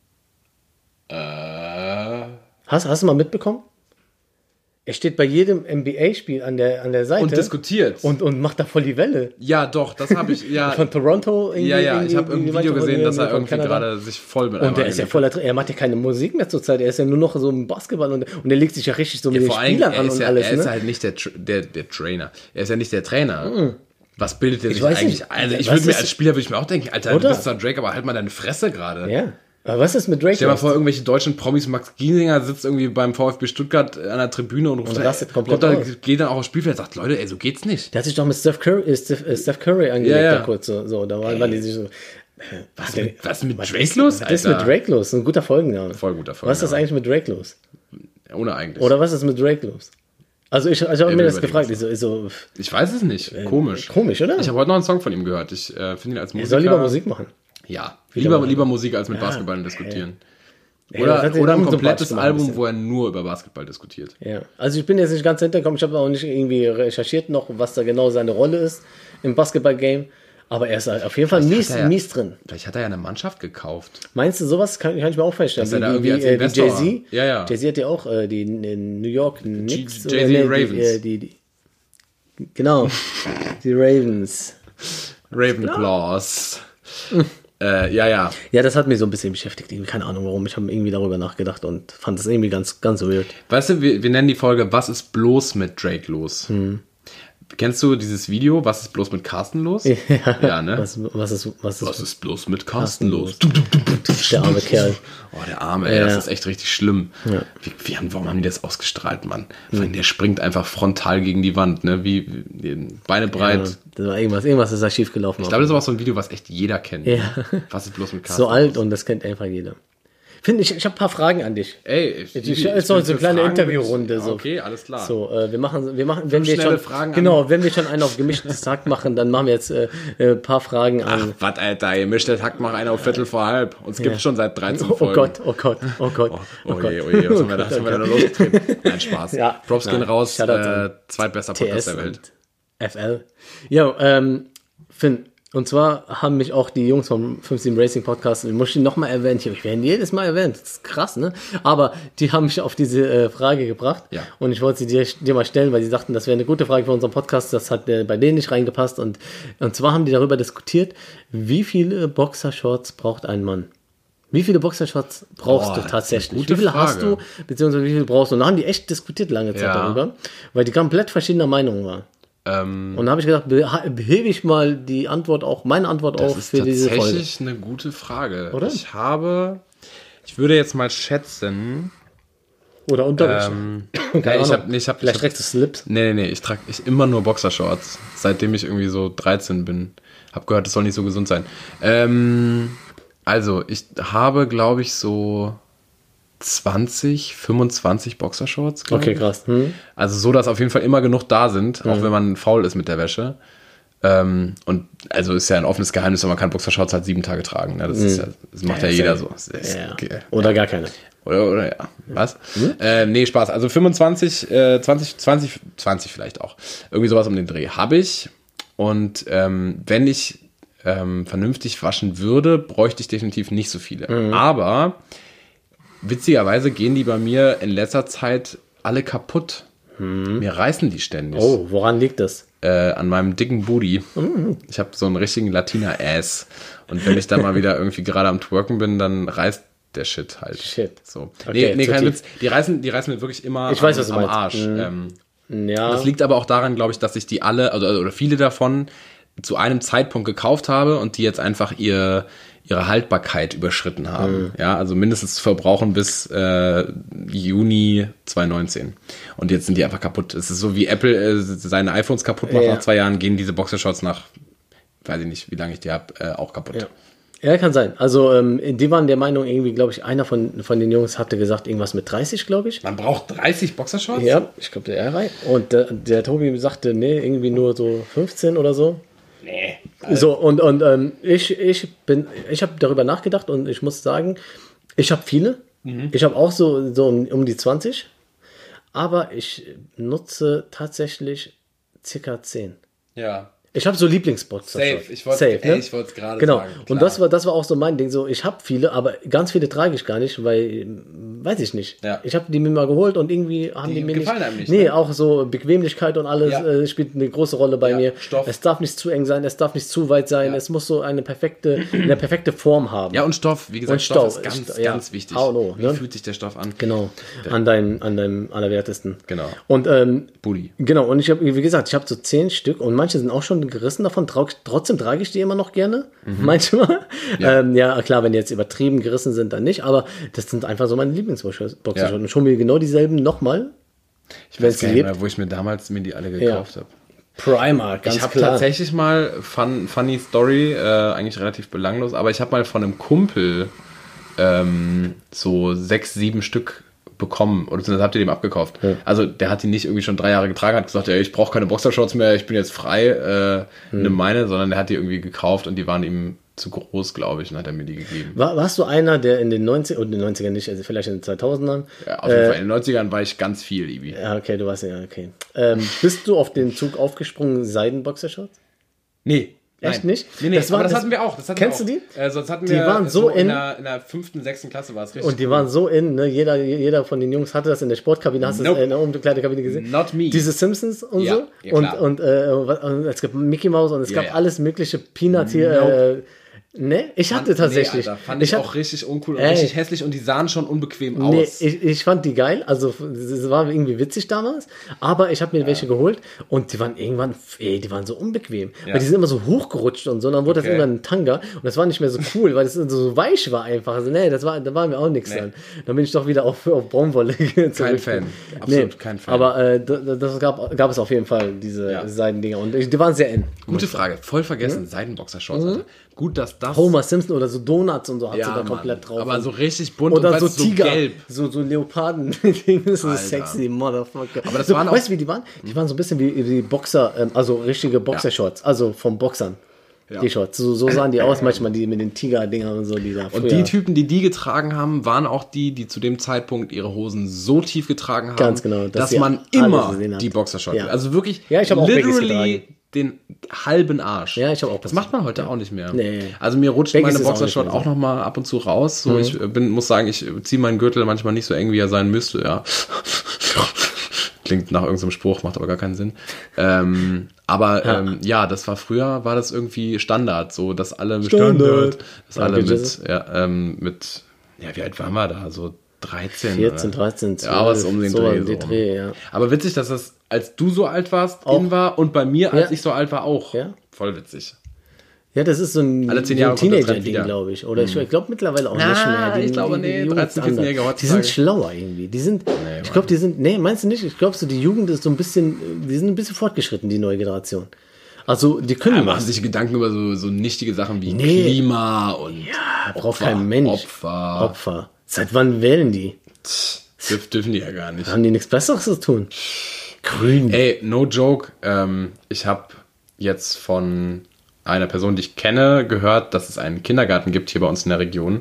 Hast du mal mitbekommen? Er steht bei jedem NBA-Spiel an der Seite. Und diskutiert. Und macht da voll die Welle. Ja, doch, das habe ich. Ja, Von Toronto. ich habe ein Video gesehen, dass er irgendwie gerade sich voll mit Und der ist ja voller. Er macht ja keine Musik mehr zur Zeit. Er ist ja nur noch so im Basketball und er legt sich ja richtig so mit den Spielern an und alles. Er ist halt nicht der Trainer. Er ist ja nicht der Trainer. Was bildet der sich eigentlich? Nicht. Also ich würde mir als Spieler auch denken, Alter, du bist zwar Drake, aber halt mal deine Fresse gerade. Ja. Aber was ist mit Drake? Stell dir mal vor, irgendwelche deutschen Promis, Max Giesinger sitzt irgendwie beim VfB Stuttgart an der Tribüne und rastet komplett aus. Geht dann auch aufs Spielfeld und sagt, Leute, ey, so geht's nicht. Der hat sich doch mit Steph Curry angelegt, da kurz so. Da waren die sich so. Was mit Drake los, Alter? Was ist mit Drake los? Ein guter Folgenname. Voll guter Folgenname. Was ist das eigentlich mit Drake los? Ohne eigentlich. Oder was ist mit Drake los? Also ich habe mir das gefragt. Ich weiß es nicht. Komisch. Komisch, oder? Ich habe heute noch einen Song von ihm gehört. Ich finde ihn als Musiker... Er soll lieber Musik machen. Ja, lieber Musik als mit Basketball diskutieren. Ja, Oder ein komplettes sympathisch gemacht, Album, wo er nur über Basketball diskutiert. Ja, also ich bin jetzt nicht ganz hintergekommen. Ich habe auch nicht irgendwie recherchiert noch, was da genau seine Rolle ist im Basketball-Game. Aber er ist auf jeden Fall mies drin. Vielleicht hat er ja eine Mannschaft gekauft. Meinst du, sowas kann ich mir auch vorstellen? Dass er da irgendwie als Investor Jay-Z? Ja. Jay-Z hat ja auch die New York Knicks. Jay-Z Ravens. Genau, die Ravens. Ravenclaws. Ja. Ja, das hat mich so ein bisschen beschäftigt. Keine Ahnung warum. Ich habe irgendwie darüber nachgedacht und fand das irgendwie ganz, ganz weird. Weißt du, wir nennen die Folge Was ist bloß mit Drake los? Kennst du dieses Video, Was ist bloß mit Carsten los? Ja, ne? Was ist bloß mit Carsten los? Der arme Kerl. Oh, der Arme, ey, das ist echt richtig schlimm. Ja. Warum haben die das ausgestrahlt, Mann? Der springt einfach frontal gegen die Wand, ne? Wie Beine breit. Ja, das war irgendwas ist da schief gelaufen. Ich glaube, das ist auch so ein Video, was echt jeder kennt. Ja. Was ist bloß mit Carsten so alt los? Und das kennt einfach jeder. Ich habe ein paar Fragen an dich. Ey, ich ist so eine kleine Interviewrunde. So. Okay, alles klar. So, wir machen, wenn wir schon Fragen wenn wir schon einen auf gemischtes Hack machen, dann machen wir jetzt ein paar Fragen an. Ach, was, Alter, gemischtes Hack macht einer auf Viertel vor halb. Uns gibt schon seit 13 Folgen. Oh Gott. Oh je, was haben wir da losgetreten? Nein, Spaß. Ja, Props gehen raus. Zweitbester Podcast der Welt. FL. Ja, Finn. Und zwar haben mich auch die Jungs vom 57 Racing Podcast, ich muss ihn nochmal erwähnen, ich werde jedes Mal erwähnt, das ist krass, ne? Aber die haben mich auf diese Frage gebracht und ich wollte sie dir mal stellen, weil sie sagten, das wäre eine gute Frage für unseren Podcast, das hat bei denen nicht reingepasst und zwar haben die darüber diskutiert, wie viele Boxershorts braucht ein Mann? Wie viele Boxershorts brauchst du tatsächlich? Wie viele hast du, beziehungsweise wie viele brauchst du? Und da haben die echt diskutiert lange Zeit darüber, weil die komplett verschiedener Meinung waren. Und da habe ich gedacht, behebe ich mal die Antwort auch, meine Antwort auch für diese Folge. Das ist tatsächlich eine gute Frage. Oder? Ich würde jetzt mal schätzen. Oder Unterwäsche. Vielleicht trägst du Slips? Nee, ich trage immer nur Boxershorts, seitdem ich irgendwie so 13 bin. Hab gehört, das soll nicht so gesund sein. Also, ich habe, glaube ich, so 25 Boxershorts. Okay, krass. Also so, dass auf jeden Fall immer genug da sind, auch wenn man faul ist mit der Wäsche. Und also ist ja ein offenes Geheimnis, man kann Boxershorts halt 7 Tage tragen. Ne? Das macht ja jeder so. Okay. Oder gar keine. Oder ja. Was? Nee, Spaß. Also 25, 20 vielleicht auch. Irgendwie sowas um den Dreh habe ich. Und wenn ich vernünftig waschen würde, bräuchte ich definitiv nicht so viele. Aber witzigerweise gehen die bei mir in letzter Zeit alle kaputt. Mir reißen die ständig. Oh, woran liegt das? An meinem dicken Booty. Ich habe so einen richtigen Latina-Ass. Und wenn ich da mal wieder irgendwie gerade am Twerken bin, dann reißt der Shit halt. So. Okay, nee, kein Witz. Die reißen mir wirklich immer am Arsch. Das liegt aber auch daran, glaube ich, dass ich die alle, oder viele davon, zu einem Zeitpunkt gekauft habe und die jetzt einfach ihre Haltbarkeit überschritten haben. Ja, also mindestens verbrauchen bis Juni 2019. Und jetzt sind die einfach kaputt. Es ist so, wie Apple seine iPhones kaputt macht nach 2 Jahren, gehen diese Boxershorts nach, weiß ich nicht, wie lange ich die habe, auch kaputt. Ja, kann sein. Also die waren der Meinung, irgendwie, glaube ich, einer von den Jungs hatte gesagt, irgendwas mit 30, glaube ich. Man braucht 30 Boxershorts? Ja, ich glaube, der Rai. Und der Tobi sagte, nee, irgendwie nur so 15 oder so. Nee. So, und ich habe darüber nachgedacht und ich muss sagen, ich habe viele. Ich habe auch so um die 20. Aber ich nutze tatsächlich circa 10. Ja. Ich habe so Lieblingsboxer. Safe, ich wollte es gerade sagen. Und das war auch so mein Ding. So, ich habe viele, aber ganz viele trage ich gar nicht, weil, weiß ich nicht. Ja. Ich habe die mir mal geholt und irgendwie haben die mir gefallen einem nicht. Nee, ne? Auch so Bequemlichkeit und alles spielt eine große Rolle bei mir. Stoff. Es darf nicht zu eng sein, es darf nicht zu weit sein. Es muss so eine perfekte Form haben. Ja, und Stoff, wie gesagt, Stoff ist ganz wichtig. Wie fühlt sich der Stoff an? Genau, an deinem allerwertesten. Genau. Und Bulli. Genau, und ich habe, wie gesagt, ich habe so 10 Stück und manche sind auch schon gerissen davon. Trotzdem trage ich die immer noch gerne, manchmal. Ja. Klar, wenn die jetzt übertrieben gerissen sind, dann nicht, aber das sind einfach so meine Lieblingsboxershorts. Und schon mir genau dieselben nochmal. Ich weiß gar nicht mehr, wo ich mir damals die alle gekauft habe. Primark, ganz klar. Ich habe klar. tatsächlich mal, funny Story, eigentlich relativ belanglos, aber ich habe mal von einem Kumpel so 6, 7 Stück bekommen, oder das habt ihr dem abgekauft. Ja. Also der hat die nicht irgendwie schon 3 Jahre getragen, hat gesagt, ja, ich brauche keine Boxershorts mehr, ich bin jetzt frei, nimm meine, sondern der hat die irgendwie gekauft und die waren ihm zu groß, glaube ich, und hat er mir die gegeben. Warst du einer, der in den 90ern nicht, also vielleicht in den 2000ern? Ja, auf jeden Fall, in den 90ern war ich ganz viel, Ibi. Ja, okay, du warst ja, okay. Bist du auf den Zug aufgesprungen, Seidenboxershorts? Nee. Echt nicht? Nee, aber das hatten wir auch. Kennst du die? Sonst hatten Die wir waren so in der 5., 6. Klasse war es richtig. Und die waren so ne? Jeder von den Jungs hatte das in der Sportkabine, hast du es in der Umkleidekabine gesehen? Not me. Diese Simpsons und Ja, so. ja, klar. Und es gab Mickey Mouse und es gab ja. alles mögliche Peanut hier. Ne? Ich hatte tatsächlich. Nee, Alter, fand ich auch richtig uncool und richtig hässlich und die sahen schon unbequem aus. Nee, ich fand die geil, also es war irgendwie witzig damals, aber ich habe mir welche geholt und die waren irgendwann, die waren so unbequem, weil die sind immer so hochgerutscht und so, dann wurde das irgendwann ein Tanga und das war nicht mehr so cool, weil das so weich war einfach, also nee, da war mir auch nichts dann. Dann bin ich doch wieder auf Baumwolle Kein Fan, absolut kein Fan. Aber das gab es auf jeden Fall, diese Seidendinger und die waren sehr eng. Gute Frage, voll vergessen, Seidenboxershorts, Alter. Gut, dass das... Homer Simpson oder so Donuts und so hat sie da komplett drauf. Aber so richtig bunt oder und so so Tiger, gelb. so Leoparden, die so sexy Motherfucker. Aber das so, waren auch... Weißt du, wie die waren? Die waren so ein bisschen wie die Boxer, also richtige Boxershorts, also vom Boxern. Ja. Die Shorts. So sahen die aus, manchmal die mit den Tiger-Dingern und so, die da früher. Und die Typen, die getragen haben, waren auch die zu dem Zeitpunkt ihre Hosen so tief getragen haben, ganz genau, dass man immer die Boxershorts also wirklich ich habe auch literally den halben Arsch. Ja, ich habe auch. Das macht man heute auch nicht mehr. Nee. Also mir rutscht meine Boxershort auch noch mal ab und zu raus. So, ich muss sagen, ich ziehe meinen Gürtel manchmal nicht so eng, wie er sein müsste. Ja. Klingt nach irgendeinem Spruch, macht aber gar keinen Sinn. Das war früher, war das irgendwie Standard, so, dass alle mit, wie alt waren wir da? So 13. 14, 13, 12. Ja, was um den Dreh. Ja. Aber witzig, dass das, als du so alt warst, in war und bei mir, als ich so alt war, auch. Ja. Voll witzig. Ja, das ist so ein, alle 10 Jahre Teenager-Ding, glaube ich. Oder ich glaube mittlerweile auch nicht mehr. Ich glaube, 13, 14-Jährige heutzutage. Die sind schlauer irgendwie. Ich glaube, meinst du nicht? Ich glaube, so die Jugend ist so ein bisschen, die sind ein bisschen fortgeschritten, die neue Generation. Also, die können machen sich Gedanken über so nichtige Sachen wie Klima und braucht kein Mensch. Opfer. Seit wann wählen die? Dürfen die ja gar nicht. Haben die nichts Besseres zu tun? Grün. Ey, no joke. Ich habe jetzt von einer Person, die ich kenne, gehört, dass es einen Kindergarten gibt hier bei uns in der Region.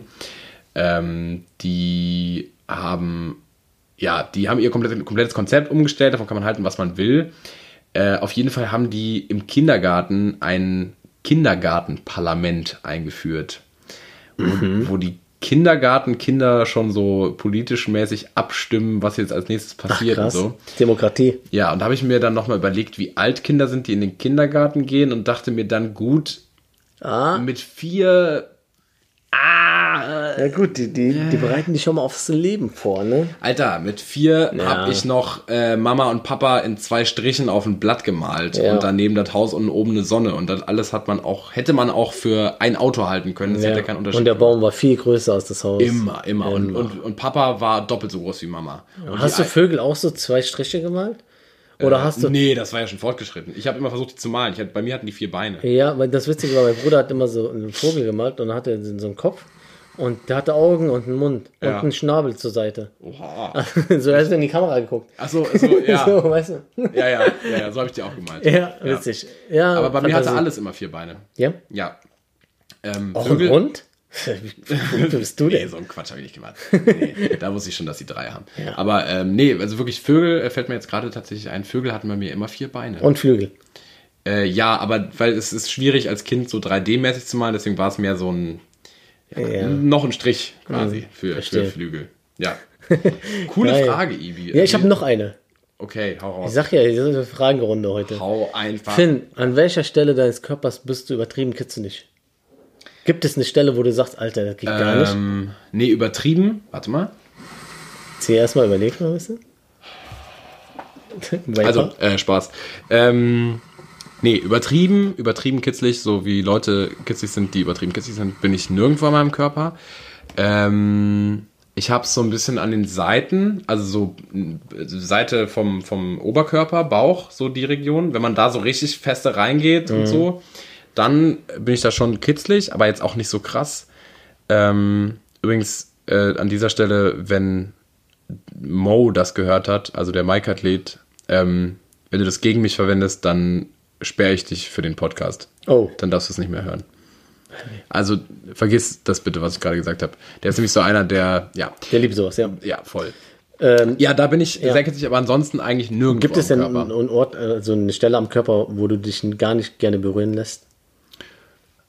Die haben ihr komplettes Konzept umgestellt. Davon kann man halten, was man will. Auf jeden Fall haben die im Kindergarten ein Kindergartenparlament eingeführt, wo die Kindergartenkinder schon so politisch mäßig abstimmen, was jetzt als nächstes passiert. Krass. Und so. Demokratie. Ja, und da habe ich mir dann nochmal überlegt, wie alt Kinder sind, die in den Kindergarten gehen und dachte mir dann, gut, mit 4... Ja gut, die bereiten dich schon mal aufs Leben vor, ne? Alter, mit 4 habe ich noch Mama und Papa in 2 Strichen auf ein Blatt gemalt und daneben das Haus und oben eine Sonne und das alles hätte man auch für ein Auto halten können. Das hätte keinen Unterschied. Und der Baum war viel größer als das Haus. Immer. Und Papa war doppelt so groß wie Mama. Und hast du Vögel auch so 2 Striche gemalt? Oder hast du... Nee, das war ja schon fortgeschritten. Ich habe immer versucht, die zu malen. Bei mir hatten die 4 Beine. Ja, weil das Witzige war, mein Bruder hat immer so einen Vogel gemalt und dann hatte er so einen Kopf. Und der hatte Augen und einen Mund und einen Schnabel zur Seite. Oha. So, er hat in die Kamera geguckt. Ach so, ja. So, weißt du? Ja, so habe ich die auch gemalt. Ja, witzig. Ja, aber bei mir hatte alles immer 4 Beine. Ja? Ja. Auch Vögel, ein Hund? Wie bist du denn? Nee, so einen Quatsch habe ich nicht gemacht. Nee, da wusste ich schon, dass die 3 haben. Ja. Aber also wirklich Vögel, fällt mir jetzt gerade tatsächlich ein, Vögel hatten bei mir immer 4 Beine. Und Flügel. Ja, aber weil es ist schwierig als Kind so 3D-mäßig zu malen, deswegen war es mehr so ein noch ein Strich quasi für Flügel. Ja. Coole Frage, Ibi. Ja, ich habe noch eine. Okay, hau raus. Ich sag ja, das ist eine Fragenrunde heute. Hau einfach. Finn, an welcher Stelle deines Körpers bist du übertrieben kitzelig? Gibt es eine Stelle, wo du sagst, Alter, das geht gar nicht? Nee, übertrieben. Warte mal. Erstmal überlegt mal ein bisschen. Also, Spaß. Nee, übertrieben kitzlig, so wie Leute kitzlig sind, die übertrieben kitzlig sind, bin ich nirgendwo an meinem Körper. Ich habe so ein bisschen an den Seiten, also so Seite vom Oberkörper, Bauch, so die Region. Wenn man da so richtig feste reingeht und so, dann bin ich da schon kitzlig, aber jetzt auch nicht so krass. Übrigens, an dieser Stelle, wenn Mo das gehört hat, also der Mike-Athlet, wenn du das gegen mich verwendest, dann sperre ich dich für den Podcast. Oh. Dann darfst du es nicht mehr hören. Also vergiss das bitte, was ich gerade gesagt habe. Der ist nämlich so einer, der liebt sowas, ja. Ja, voll. Da bin ich sehr kitzlig, aber ansonsten eigentlich nirgendwo. Gibt es denn einen Ort, also eine Stelle am Körper, wo du dich gar nicht gerne berühren lässt?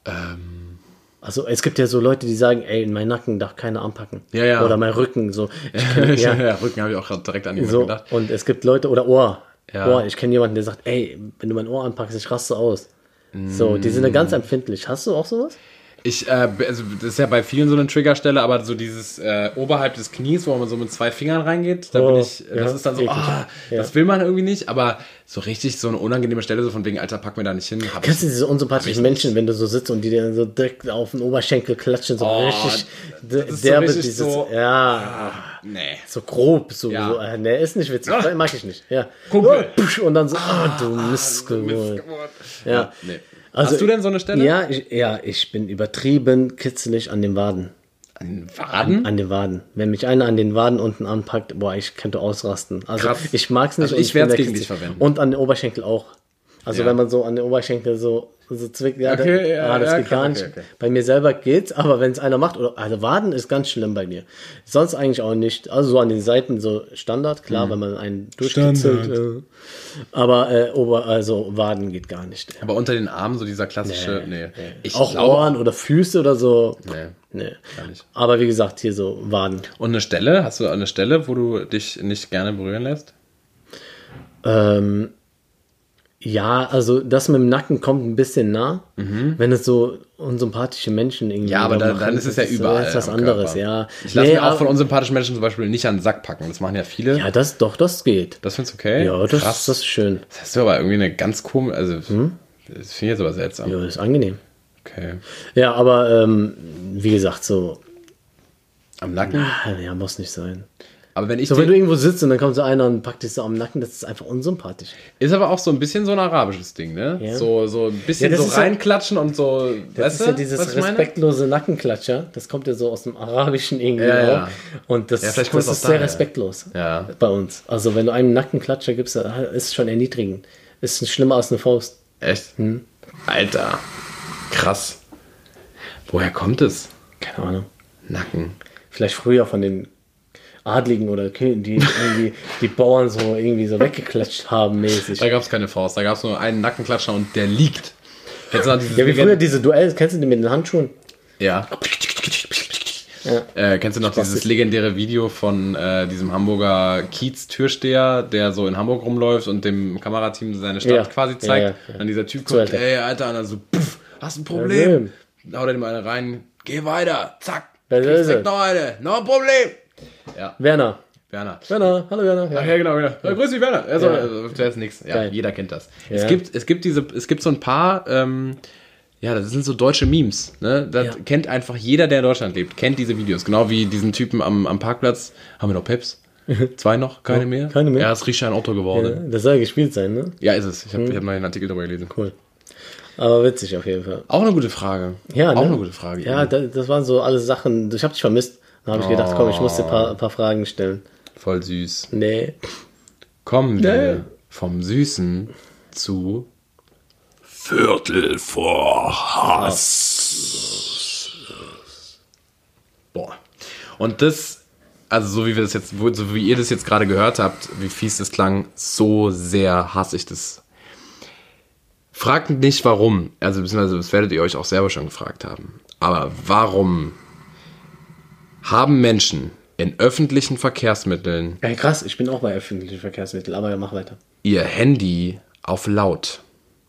Also es gibt ja so Leute, die sagen, ey, in meinen Nacken darf keiner anpacken. Ja. Oder mein Rücken. So. Rücken habe ich auch direkt an jemanden So, gedacht. und es gibt Leute, oder Ohr. Ja. Ohr. Ich kenne jemanden, der sagt, ey, wenn du mein Ohr anpackst, ich raste aus. So, die sind ja ganz empfindlich. Hast du auch sowas? Also das ist ja bei vielen so eine Triggerstelle, aber so dieses oberhalb des Knies, wo man so mit 2 Fingern reingeht, da bin ich, das ist dann so, das will man irgendwie nicht, aber so richtig so eine unangenehme Stelle, so von wegen, Alter, pack mir da nicht hin. Kennst du diese unsympathischen Menschen, wenn du so sitzt und die dir so direkt auf den Oberschenkel klatschen, so richtig derbe, so dieses, so, nee. so grob, so, Ja. nee, ist nicht witzig, mag ich nicht, ja. Kumpel. Und dann so, du Missgeburt. Ja. Nee. Also, hast du denn so eine Stelle? Ja, ich bin übertrieben kitzelig an den Waden. An den Waden? An den Waden. Wenn mich einer an den Waden unten anpackt, boah, ich könnte ausrasten. Also Krass. ich mag es nicht. Also und ich werde es bin gegen da dich kitzlig. verwenden. Und an den Oberschenkel auch. Also Ja. wenn man so an den Oberschenkel so zwickt, das Okay, geht krass, gar nicht. okay. Bei mir selber geht's, aber wenn es einer macht, also Waden ist ganz schlimm bei mir. Sonst eigentlich auch nicht. Also so an den Seiten so Standard, klar, wenn man einen durchkitzelt. Aber also Waden geht gar nicht. Aber unter den Armen so dieser klassische, nee. Ich Auch glaube, Ohren oder Füße oder so. Nee. gar nicht. Aber wie gesagt, hier so Waden. Und eine Stelle, hast du eine Stelle, wo du dich nicht gerne berühren lässt? Ja, also das mit dem Nacken kommt ein bisschen nah, wenn es so unsympathische Menschen irgendwie Ja, aber dann machen, ist es ja überall. Das ist was am anderes, Körper. ja. Ich lasse mir auch aber- von unsympathischen Menschen zum Beispiel nicht an den Sack packen. Das machen ja viele. Ja, das geht. Das findest du okay? Ja, das Krass. ist schön. Das hast du aber irgendwie eine ganz komische, also das finde ich jetzt aber seltsam. Ja, das ist angenehm. Okay. Ja, aber wie gesagt, so, Am Nacken? ja, muss nicht sein. Aber wenn ich So, wenn du irgendwo sitzt und dann kommt so einer und packt dich so am Nacken, das ist einfach unsympathisch. ist aber auch so ein bisschen so ein arabisches Ding, ne? Ja. So ein bisschen Ja, das so ist ja- reinklatschen und so, Das weißt ist ja du, dieses was ich meine? respektlose Nackenklatscher. Das kommt ja so aus dem Arabischen irgendwie Ja. auch. Und das, Ja, vielleicht kommt das es ist auch sehr daher. respektlos Ja. bei uns. Also wenn du einem Nackenklatscher gibst, ist es schon erniedrigend. Ist schlimmer als eine Faust. Echt? Alter. Krass. Woher kommt es? Keine Ahnung. Nacken. Vielleicht früher von den Adligen oder die irgendwie die Bauern so irgendwie so weggeklatscht haben mäßig. Da gab es keine Faust, da gab es nur einen Nackenklatscher und der liegt. Jetzt noch dieses Ja, wie früher diese Duelle, kennst du die mit den Handschuhen? Ja. Kennst du noch dieses legendäre Video von diesem Hamburger Kiez-Türsteher, der so in Hamburg rumläuft und dem Kamerateam seine Stadt Ja. quasi zeigt? Ja. Und dann dieser Typ So, kommt, Alter. ey, Alter, und dann so, puff, hast ein Ja, Problem. Haut er ihm eine rein, geh weiter, zack, Ja, kriegst ist direkt es. noch eine, noch ein Problem. Ja, Werner. Werner. Hallo Werner. Ach ja, genau. Ja, grüß dich, Werner. Also, Ja. der ist nix. Ja, Geil. jeder kennt das. Ja. Es gibt so ein paar, ja, das sind so deutsche Memes. Ne? Das kennt einfach jeder, der in Deutschland lebt, kennt diese Videos. Genau wie diesen Typen am Parkplatz. Haben wir noch Peps? 2 noch? Keine mehr? keine mehr. Ja, es riecht ja ein Auto geworden. Ja, das soll ja gespielt sein, ne? Ja, ist es. Ich hab mal einen Artikel darüber gelesen. Cool. Aber witzig auf jeden Fall. Auch eine gute Frage. Ja, Auch ne? eine gute Frage. Ja, das waren so alle Sachen. Ich habe dich vermisst. Dann habe ich gedacht, komm, ich muss dir ein paar Fragen stellen. Voll süß. Nee. Kommen wir Nee. vom Süßen zu Viertel vor Hass. Boah. Und das, also so wie wir das jetzt, so wie ihr das jetzt gerade gehört habt, wie fies das klang, so sehr hasse ich das. Fragt nicht warum, also beziehungsweise das werdet ihr euch auch selber schon gefragt haben. Aber warum haben Menschen in öffentlichen Verkehrsmitteln Ja, krass, ich bin auch bei öffentlichen Verkehrsmitteln, aber ja, mach weiter. ihr Handy auf laut?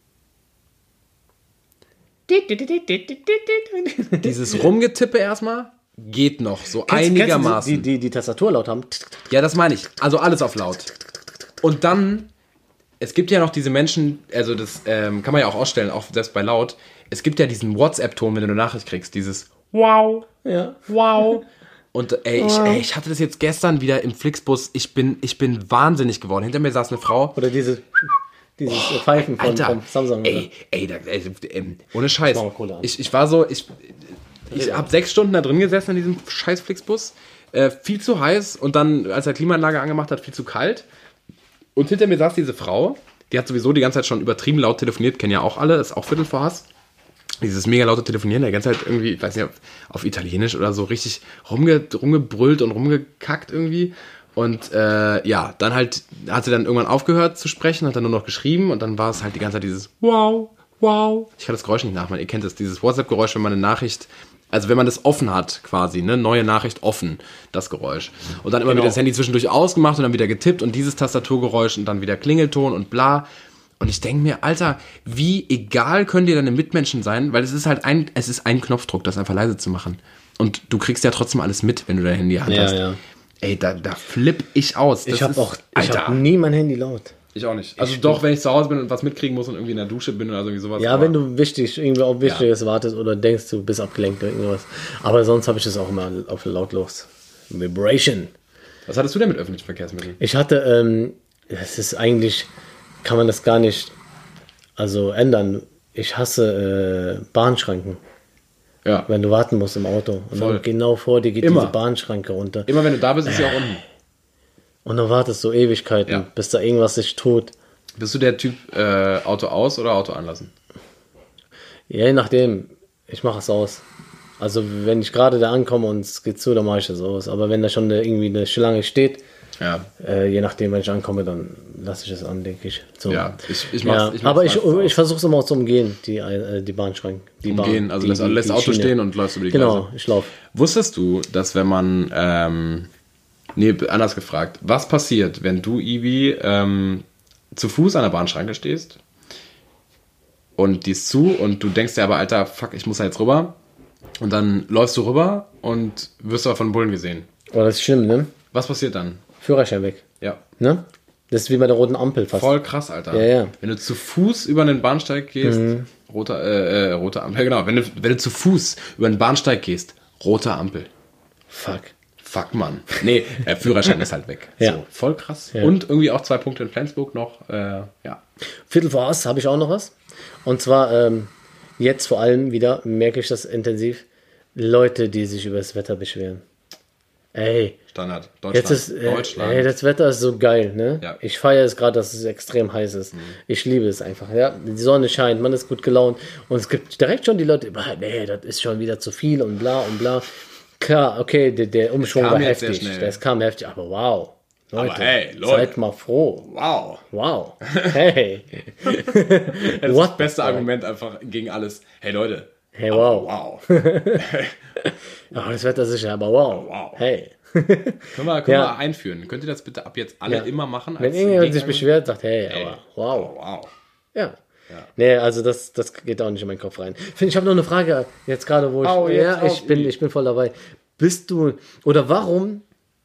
Dieses Rumgetippe erstmal geht noch so einigermaßen. Kennst du die Tastatur laut haben? Ja, das meine ich. Also alles auf laut. Und dann, es gibt ja noch diese Menschen, also das kann man ja auch ausstellen, auch selbst bei laut. Es gibt ja diesen WhatsApp-Ton, wenn du eine Nachricht kriegst, dieses Wow, Ja. wow. Und ich hatte das jetzt gestern wieder im Flixbus. Ich bin wahnsinnig geworden. Hinter mir saß eine Frau. Oder dieses Pfeifen von Samsung. Ohne Scheiß. Mach mal Cola an. Ich war so, ich habe 6 Stunden da drin gesessen in diesem scheiß Flixbus. Viel zu heiß und dann, als er Klimaanlage angemacht hat, viel zu kalt. Und hinter mir saß diese Frau, die hat sowieso die ganze Zeit schon übertrieben laut telefoniert, kennen ja auch alle, ist auch Viertel vor Hass. Dieses mega laute Telefonieren, der ganze Zeit irgendwie, ich weiß nicht, auf Italienisch oder so richtig rumgebrüllt und rumgekackt irgendwie. Und ja, dann halt, hat sie dann irgendwann aufgehört zu sprechen, hat dann nur noch geschrieben und dann war es halt die ganze Zeit dieses Wow, wow. Ich kann das Geräusch nicht nachmachen. Ihr kennt das, dieses WhatsApp-Geräusch, wenn man eine Nachricht, also wenn man das offen hat quasi, ne, neue Nachricht offen, das Geräusch. Und dann immer wieder das Handy zwischendurch ausgemacht und dann wieder getippt und dieses Tastaturgeräusch und dann wieder Klingelton und bla. Und ich denke mir, Alter, wie egal können dir deine Mitmenschen sein, weil es ist halt ein Knopfdruck, das einfach leise zu machen. Und du kriegst ja trotzdem alles mit, wenn du dein Handy in der Hand hast. Ja. Ey, da flipp ich aus. Ich habe nie mein Handy laut. Ich auch nicht. Also doch, wenn ich zu Hause bin und was mitkriegen muss und irgendwie in der Dusche bin oder irgendwie sowas. Ja, wenn du irgendwie auf Wichtiges wartest oder denkst, du bist abgelenkt oder irgendwas. Aber sonst habe ich das auch immer auf lautlos. Vibration. Was hattest du denn mit öffentlichen Verkehrsmitteln? Ich hatte, das ist eigentlich, kann man das gar nicht ändern. Ich hasse Bahnschranken. Ja. Wenn du warten musst im Auto. Und dann genau vor dir geht diese Bahnschranke runter. Immer wenn du da bist, ist sie auch unten. Und dann wartest du Ewigkeiten, bis da irgendwas sich tut. Bist du der Typ Auto aus oder Auto anlassen? Ja, je nachdem. Ich mache es aus. Also wenn ich gerade da ankomme und es geht zu, dann mache ich das aus. Aber wenn da schon irgendwie eine Schlange steht, je nachdem, wenn ich ankomme, dann lasse ich es an, denke ich. So. Ja, ich mach's aber ich versuche es immer zu umgehen, die Bahnschranken. Umgehen, also lässt Auto stehen und läufst über die Gleise. Genau, ich laufe. Wusstest du, dass wenn man, anders gefragt, was passiert, wenn du, Ivi, zu Fuß an der Bahnschranke stehst und die ist zu und du denkst dir aber, Alter, fuck, ich muss da jetzt rüber und dann läufst du rüber und wirst aber von Bullen gesehen. Oh, das ist schlimm, ne? Was passiert dann? Führerschein weg. Ja. Ne? Das ist wie bei der roten Ampel fast. Voll krass, Alter. Ja. Wenn du zu Fuß über einen Bahnsteig gehst, rote Ampel, genau. Wenn du zu Fuß über einen Bahnsteig gehst, rote Ampel. Fuck, Mann. Nee, Führerschein ist halt weg. Ja. So, voll krass. Ja. Und irgendwie auch 2 Punkte in Flensburg noch. Viertel vor Ass habe ich auch noch was. Und zwar jetzt vor allem wieder, merke ich das intensiv, Leute, die sich über das Wetter beschweren. Ey. Standard. Deutschland. Ey, das Wetter ist so geil, ne? Ja. Ich feiere es gerade, dass es extrem heiß ist. Ich liebe es einfach, ja. Die Sonne scheint, man ist gut gelaunt. Und es gibt direkt schon die Leute, nee, das ist schon wieder zu viel und bla und bla. Klar, okay, der Umschwung war heftig. Das kam heftig, aber wow. Leute, aber hey, seid mal froh. Wow. Hey. Das ist das beste Argument einfach gegen alles. Hey, Leute. Hey, wow. Ja, das Wetter sicher, aber wow. Hey. Können wir einführen. Könnt ihr das bitte ab jetzt alle immer machen? Wenn irgendjemand sich beschwert, sagt, hey, aber wow. Ja. Nee, also das geht auch nicht in meinen Kopf rein. Ich habe noch eine Frage, jetzt gerade, wo ich bin voll dabei. Bist du, oder warum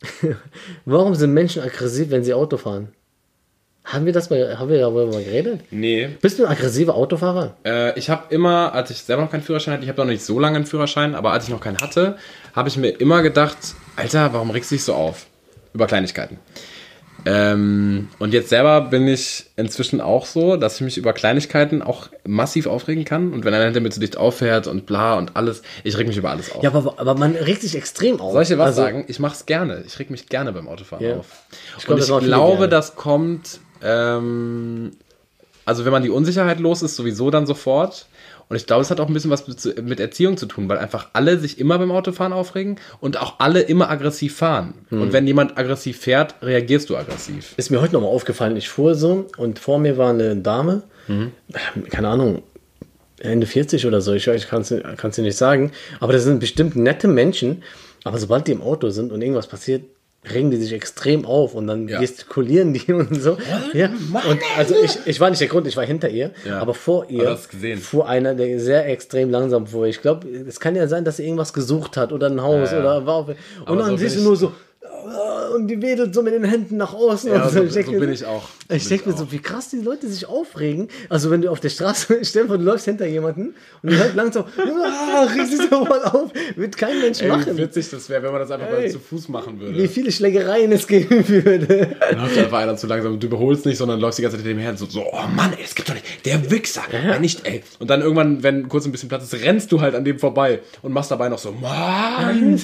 sind Menschen aggressiv, wenn sie Auto fahren? Haben wir darüber mal geredet? Nee. Bist du ein aggressiver Autofahrer? Ich habe immer, als ich selber noch keinen Führerschein hatte, ich habe noch nicht so lange einen Führerschein, aber als ich noch keinen hatte, habe ich mir immer gedacht, Alter, warum regst du dich so auf? Über Kleinigkeiten. Und jetzt selber bin ich inzwischen auch so, dass ich mich über Kleinigkeiten auch massiv aufregen kann. Und wenn einer hinter mir zu dicht auffährt und bla und alles, ich reg mich über alles auf. Ja, aber man regt sich extrem auf. Soll ich dir was sagen? Ich mach's gerne. Ich reg mich gerne beim Autofahren auf. Ich glaube, das kommt, also wenn man die Unsicherheit los ist, sowieso dann sofort. Und ich glaube, es hat auch ein bisschen was mit Erziehung zu tun, weil einfach alle sich immer beim Autofahren aufregen und auch alle immer aggressiv fahren. Und wenn jemand aggressiv fährt, reagierst du aggressiv. Ist mir heute nochmal aufgefallen, ich fuhr so und vor mir war eine Dame, keine Ahnung, Ende 40 oder so, ich kann es dir nicht sagen, aber das sind bestimmt nette Menschen, aber sobald die im Auto sind und irgendwas passiert, regen die sich extrem auf und dann gestikulieren die und so. Ja. Und also ich war nicht der Grund, ich war hinter ihr, aber vor ihr fuhr einer, der sehr extrem langsam fuhr. Ich glaube, es kann ja sein, dass sie irgendwas gesucht hat oder ein Haus oder war auf, und dann siehst du nur so und die wedelt so mit den Händen nach außen. Ja, und so bin ich auch. Ich denke mir so, wie krass die Leute sich aufregen. Also wenn du auf der Straße, stell dir vor, du läufst hinter jemanden und du hörst langsam, reg dich so voll auf. Wird kein Mensch machen. Wie witzig das wäre, wenn man das einfach mal zu Fuß machen würde. Wie viele Schlägereien es geben würde. Dann läuft einfach einer zu langsam. Du überholst nicht, sondern läufst die ganze Zeit hinter dem her. So, oh Mann, ey, es gibt doch nicht. Der Wichser. Ja. Nicht, ey. Und dann irgendwann, wenn kurz ein bisschen Platz ist, rennst du halt an dem vorbei und machst dabei noch so, Mann.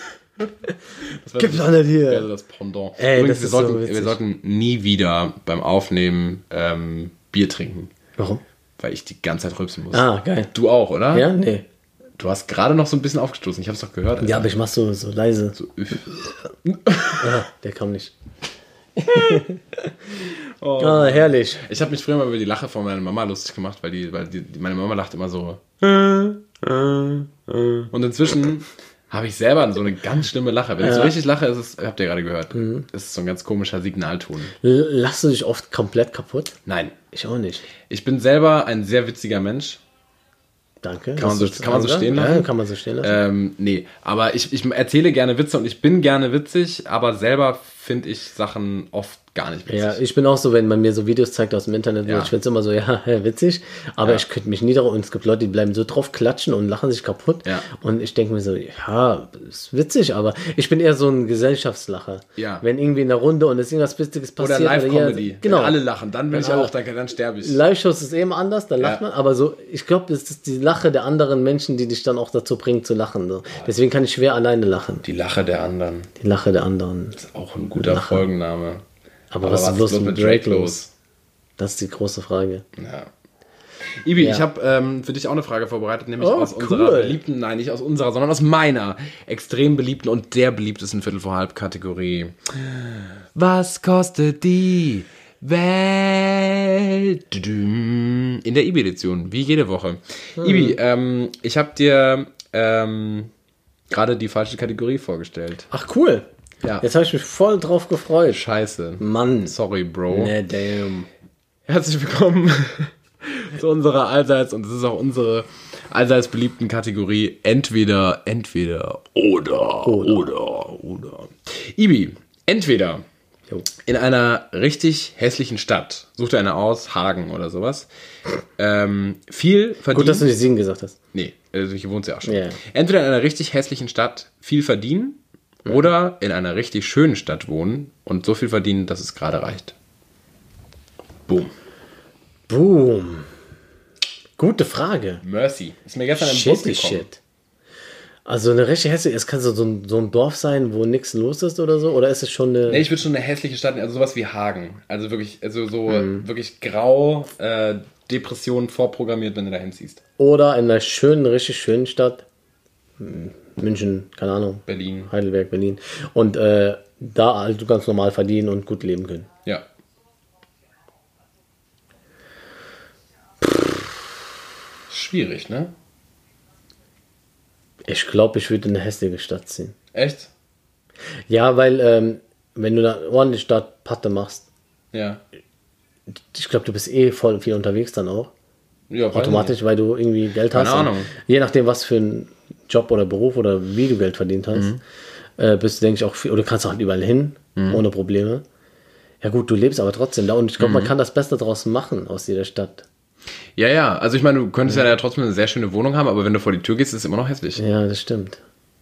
Gibt's doch nicht hier. Also das Pendant. Ey, übrigens, das wir sollten nie wieder beim Aufnehmen Bier trinken. Warum? Weil ich die ganze Zeit rülpsen muss. Ah, geil. Du auch, oder? Ja, nee. Du hast gerade noch so ein bisschen aufgestoßen. Ich hab's doch gehört. Alter. Ja, aber ich mach's so leise. So, der kam nicht. Ah, herrlich. Ich habe mich früher mal über die Lache von meiner Mama lustig gemacht, weil meine Mama lacht immer so. Und inzwischen habe ich selber so eine ganz schlimme Lache. Wenn ich so richtig lache, ist es, habt ihr gerade gehört, ist es so ein ganz komischer Signalton. Lachst du dich oft komplett kaputt? Nein. Ich auch nicht. Ich bin selber ein sehr witziger Mensch. Danke. Kann man so stehen lassen? Ja, kann man so stehen lassen. Nee, aber ich erzähle gerne Witze und ich bin gerne witzig, aber selber finde ich Sachen oft gar nicht witzig. Ja, ich bin auch so, wenn man mir so Videos zeigt aus dem Internet, Ja. ich finde es immer so, ja, witzig, aber Ja. ich könnte mich nie darauf, und es gibt Leute, die bleiben so drauf klatschen und lachen sich kaputt. Ja. Und ich denke mir so, ja, ist witzig, aber ich bin eher so ein Gesellschaftslacher. Ja. Wenn irgendwie in der Runde und es irgendwas Witziges passiert. Oder Live-Comedy. Genau. Wenn alle lachen, dann bin ich alle. auch, dann sterbe ich. Live-Shows ist eben anders, da lacht Ja. man, aber so, ich glaube, das ist die Lache der anderen Menschen, die dich dann auch dazu bringt zu lachen. So. Deswegen kann ich schwer alleine lachen. Die Lache der anderen. Die Lache der anderen. Das ist auch ein guter Folgenname. Aber was ist bloß mit Drake los? Das ist die große Frage. Ja. Ibi, Ja. ich habe für dich auch eine Frage vorbereitet, nämlich Oh, aus cool. unserer beliebten, nein, nicht aus unserer, sondern aus meiner extrem beliebten und der beliebtesten Viertel vor halb Kategorie. Was kostet die Welt? In der Ibi-Edition, wie jede Woche. Ibi, ich habe dir gerade die falsche Kategorie vorgestellt. Ach, cool. Ja. Jetzt habe ich mich voll drauf gefreut. Scheiße. Mann. Sorry, Bro. Ne, damn. Herzlich willkommen zu unserer allseits, und es ist auch unsere allseits beliebten Kategorie entweder oder. Ibi, entweder Jo. in einer richtig hässlichen Stadt, such dir eine aus, Hagen oder sowas, viel verdienen. Gut, dass du nicht Siegen gesagt hast. Nee, also hier wohnt sie auch schon. Ja. Entweder in einer richtig hässlichen Stadt viel verdienen oder in einer richtig schönen Stadt wohnen und so viel verdienen, dass es gerade reicht. Boom. Boom. Gute Frage. Mercy. Ist mir gestern im Bus Shit, gekommen. shit. Also eine richtig hässliche, es kann so ein Dorf sein, wo nichts los ist oder so? Oder ist es schon eine... Nee, ich würde schon eine hässliche Stadt, also sowas wie Hagen. Also wirklich, wirklich grau, Depressionen vorprogrammiert, wenn du da hinziehst. Oder in einer schönen, richtig schönen Stadt. München, keine Ahnung. Berlin. Heidelberg, Berlin. Und da halt ganz normal verdienen und gut leben können. Ja. Schwierig, ne? Ich glaube, ich würde in eine hässliche Stadt ziehen. Echt? Ja, weil wenn du da ordentlich Stadt Patte machst, Ja. ich glaube, du bist eh voll viel unterwegs dann auch. Ja, weiß Automatisch, weil du irgendwie Geld Keine hast. Und Ahnung. Je nachdem, was für ein Job oder Beruf oder wie du Geld verdient hast, bist du, denke ich, auch viel, oder kannst auch halt überall hin, ohne Probleme. Ja gut, du lebst aber trotzdem da und ich glaube, man kann das Beste draus machen aus jeder Stadt. Ja. Also ich meine, du könntest ja trotzdem eine sehr schöne Wohnung haben, aber wenn du vor die Tür gehst, ist es immer noch hässlich. Ja, das stimmt.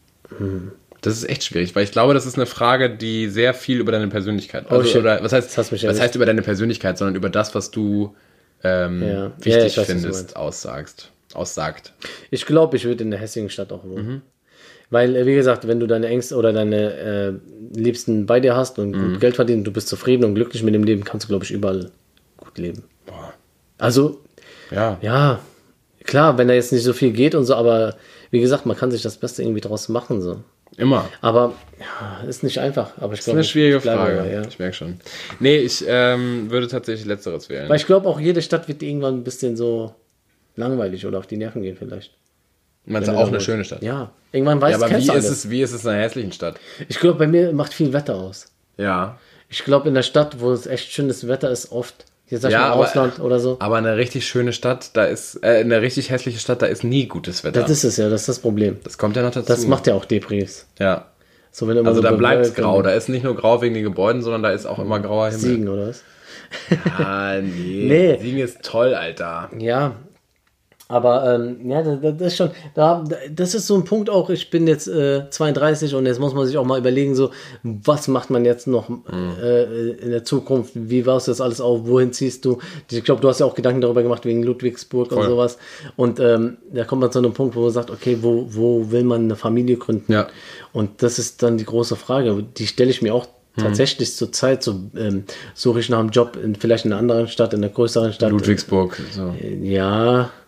Das ist echt schwierig, weil ich glaube, das ist eine Frage, die sehr viel über deine Persönlichkeit, also, shit. oder was Das hast mich erwischt. heißt über deine Persönlichkeit, sondern über das, was du Ja, wichtig ich weiß, was du findest, meinst. aussagt. Ich glaube, ich würde in der hässlichen Stadt auch wohnen. Weil, wie gesagt, wenn du deine Ängste oder deine Liebsten bei dir hast und gut Geld verdienst, du bist zufrieden und glücklich mit dem Leben, kannst du, glaube ich, überall gut leben. Boah. Also, Ja. ja, klar, wenn da jetzt nicht so viel geht und so, aber wie gesagt, man kann sich das Beste irgendwie draus machen, so. Immer. Aber, ja, ist nicht einfach. Aber ich Das ist glaube, eine schwierige ich bleibe Frage. dabei, ja. Ich merke schon. Nee, ich würde tatsächlich Letzteres wählen. Weil ich glaube, auch jede Stadt wird irgendwann ein bisschen so langweilig oder auf die Nerven gehen vielleicht. Meinst du Wenn auch du eine da schöne wohnst. Stadt? Ja, irgendwann weißt Ja, aber kennst du alles. wie ist es in einer hässlichen Stadt? Ich glaube, bei mir macht viel Wetter aus. Ja. Ich glaube, in der Stadt, wo es echt schönes Wetter ist, oft, jetzt sag ich Ja, mal aber- Ausland oder so. Aber eine richtig schöne Stadt, eine richtig hässliche Stadt, da ist nie gutes Wetter. Das ist es ja, das ist das Problem. Das kommt ja noch dazu. Das macht ja auch Depris. Ja. So, wenn immer Also so da bleibt es bewölkt grau. und Da ist nicht nur grau wegen den Gebäuden, sondern da ist auch immer grauer Himmel. Siegen oder was? Ah, nee. Nee. Siegen ist toll, Alter. Ja, aber ja, das ist schon, das ist so ein Punkt auch, ich bin jetzt 32 und jetzt muss man sich auch mal überlegen, so, was macht man jetzt noch in der Zukunft, wie baust du das alles auf, wohin ziehst du? Ich glaube, du hast ja auch Gedanken darüber gemacht, wegen Ludwigsburg und Voll. sowas. Und da kommt man zu einem Punkt, wo man sagt, okay, wo will man eine Familie gründen? Ja. Und das ist dann die große Frage, die stelle ich mir auch tatsächlich zur Zeit, so suche ich nach einem Job vielleicht in einer anderen Stadt, in einer größeren Stadt. Ludwigsburg. So. Ja,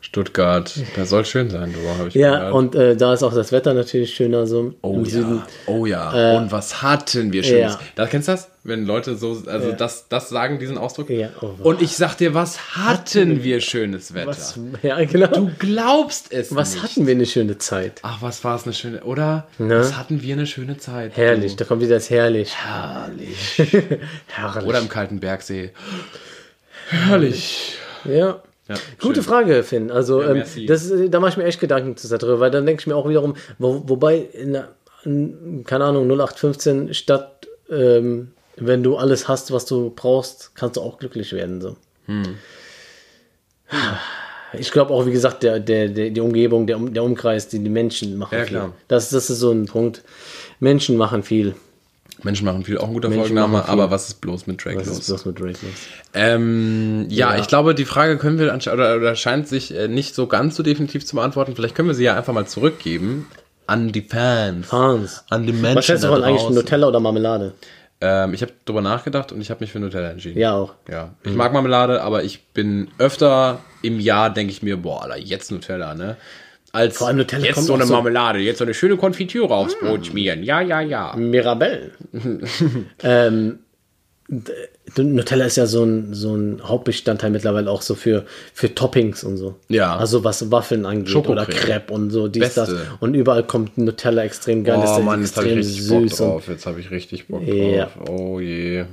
Stuttgart. Das soll schön sein, du, habe ich Ja, gehört. und da ist auch das Wetter natürlich schöner so im Süden. Oh ja. Und was hatten wir Schönes. Ja. Da, kennst du das? Wenn Leute so, also das sagen, diesen Ausdruck. Ja. Oh, und ich sag dir, was hatten wir schönes Wetter? Ja, genau. Du glaubst es Was nicht. hatten wir eine schöne Zeit? Ach, was war es eine schöne, oder? Ne? Was hatten wir eine schöne Zeit? Herrlich, da kommt wieder das herrlich. Herrlich. Herrlich. Oder im kalten Bergsee. Herrlich. Ja. Ja, Gute schön. Frage, Finn. Also, merci. da mache ich mir echt Gedanken darüber, weil dann denke ich mir auch wiederum, wobei, keine Ahnung, 0815 statt, wenn du alles hast, was du brauchst, kannst du auch glücklich werden. So. Ich glaube auch, wie gesagt, die Umgebung, der Umkreis, die Menschen machen Ja, viel. klar. Das ist so ein Punkt. Menschen machen viel. Menschen machen viel, auch ein guter Menschen Folgenname, machen viel. aber was ist bloß mit Drake Was los? ist bloß mit Drake los? Ja, ich glaube, die Frage können wir oder scheint sich nicht so ganz so definitiv zu beantworten. Vielleicht können wir sie ja einfach mal zurückgeben an die Fans. An die Menschen. Was hältst du da von eigentlich draußen. Nutella oder Marmelade? Ich habe drüber nachgedacht und ich habe mich für Nutella entschieden. Ja, auch. Ja. Ich mag Marmelade, aber ich bin öfter im Jahr, denke ich mir, boah, Alter, jetzt Nutella, ne? Als Vor allem Nutella jetzt kommt so auch eine so- Marmelade, jetzt so eine schöne Konfitüre aufs Brot schmieren. Ja, ja, ja. Mirabelle. Nutella ist ja so ein Hauptbestandteil mittlerweile auch so für Toppings und so. Ja. Also was Waffeln angeht Schokocreme. oder Crepe und so, dies, Beste. das. Und überall kommt Nutella extrem geil. Oh ist Mann, jetzt habe ich extrem richtig Bock süß und drauf. Jetzt habe ich richtig Bock Ja. drauf. Oh je.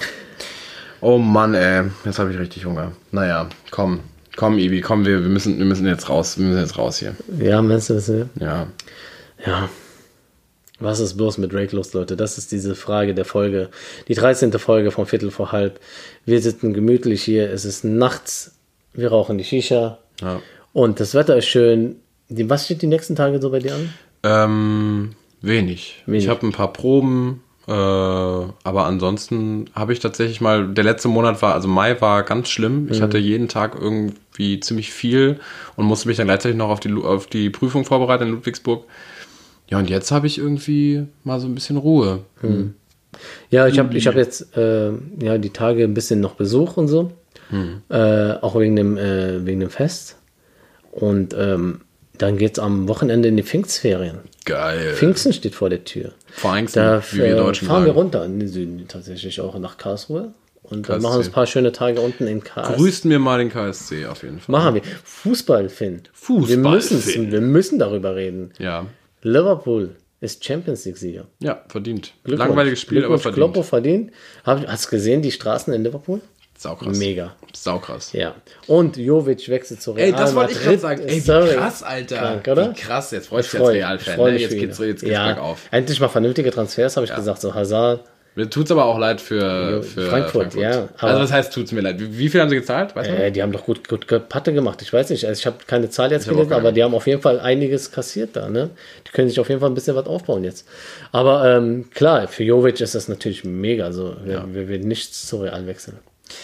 Oh Mann, ey. Jetzt habe ich richtig Hunger. Naja, komm, Ibi, komm, wir müssen jetzt raus. Wir müssen jetzt raus hier. ja, meinst du das? Ja? Ja. Ja. Was ist bloß mit Drake los, Leute? Das ist diese Frage der Folge. Die 13. Folge vom Viertel vor halb. Wir sitzen gemütlich hier. Es ist nachts. Wir rauchen die Shisha. Ja. Und das Wetter ist schön. Was steht die nächsten Tage so bei dir an? Wenig. Ich habe ein paar Proben, aber ansonsten habe ich tatsächlich mal, der letzte Monat war, also Mai war ganz schlimm. Ich hatte jeden Tag irgendwie ziemlich viel und musste mich dann gleichzeitig noch auf die Prüfung vorbereiten in Ludwigsburg. Ja, und jetzt habe ich irgendwie mal so ein bisschen Ruhe. Ja, ich hab jetzt die Tage ein bisschen noch Besuch und so. Auch wegen dem Fest. Und dann geht es am Wochenende in die Pfingstferien. Geil. Pfingsten steht vor der Tür. Pfingsten, Da wie wir Deutschen fahren wir sagen. runter in den Süden tatsächlich auch nach Karlsruhe. Und dann KSC. machen wir uns ein paar schöne Tage unten in Karlsruhe. Grüßt mir mal den KSC auf jeden Fall. Machen wir. Fußball, Finn. Fußball, Wir müssen darüber reden. Ja. Liverpool ist Champions League-Sieger. Ja, verdient. Glückwunsch. Langweiliges Spiel, aber Glückwunsch, verdient. Kloppo verdient. Hast du gesehen, die Straßen in Liverpool? Saukrass. Mega. Saukrass. Ja. Und Jovic wechselt zu Real Ey, das wollte ich gerade Madrid. sagen. Ey, wie Sorry. krass, Alter. Krank, oder? Wie krass. Jetzt freust du dich als Real-Fan. freu Ne? mich Jetzt für ihn. geht's ja, bergauf. endlich mal vernünftige Transfers, habe ich gesagt. So Hazard. Mir tut's aber auch leid für Frankfurt, ja, aber- Also was heißt, tut's mir leid? Wie viel haben sie gezahlt? Weißt du? Die haben doch gut Patte gemacht. Ich weiß nicht. Also ich habe keine Zahl jetzt Ich hab auch gelesen, keine. aber die haben auf jeden Fall einiges kassiert da. Ne? Die können sich auf jeden Fall ein bisschen was aufbauen jetzt. Aber klar, für Jovic ist das natürlich mega. Also wir werden nichts zu Real wechseln.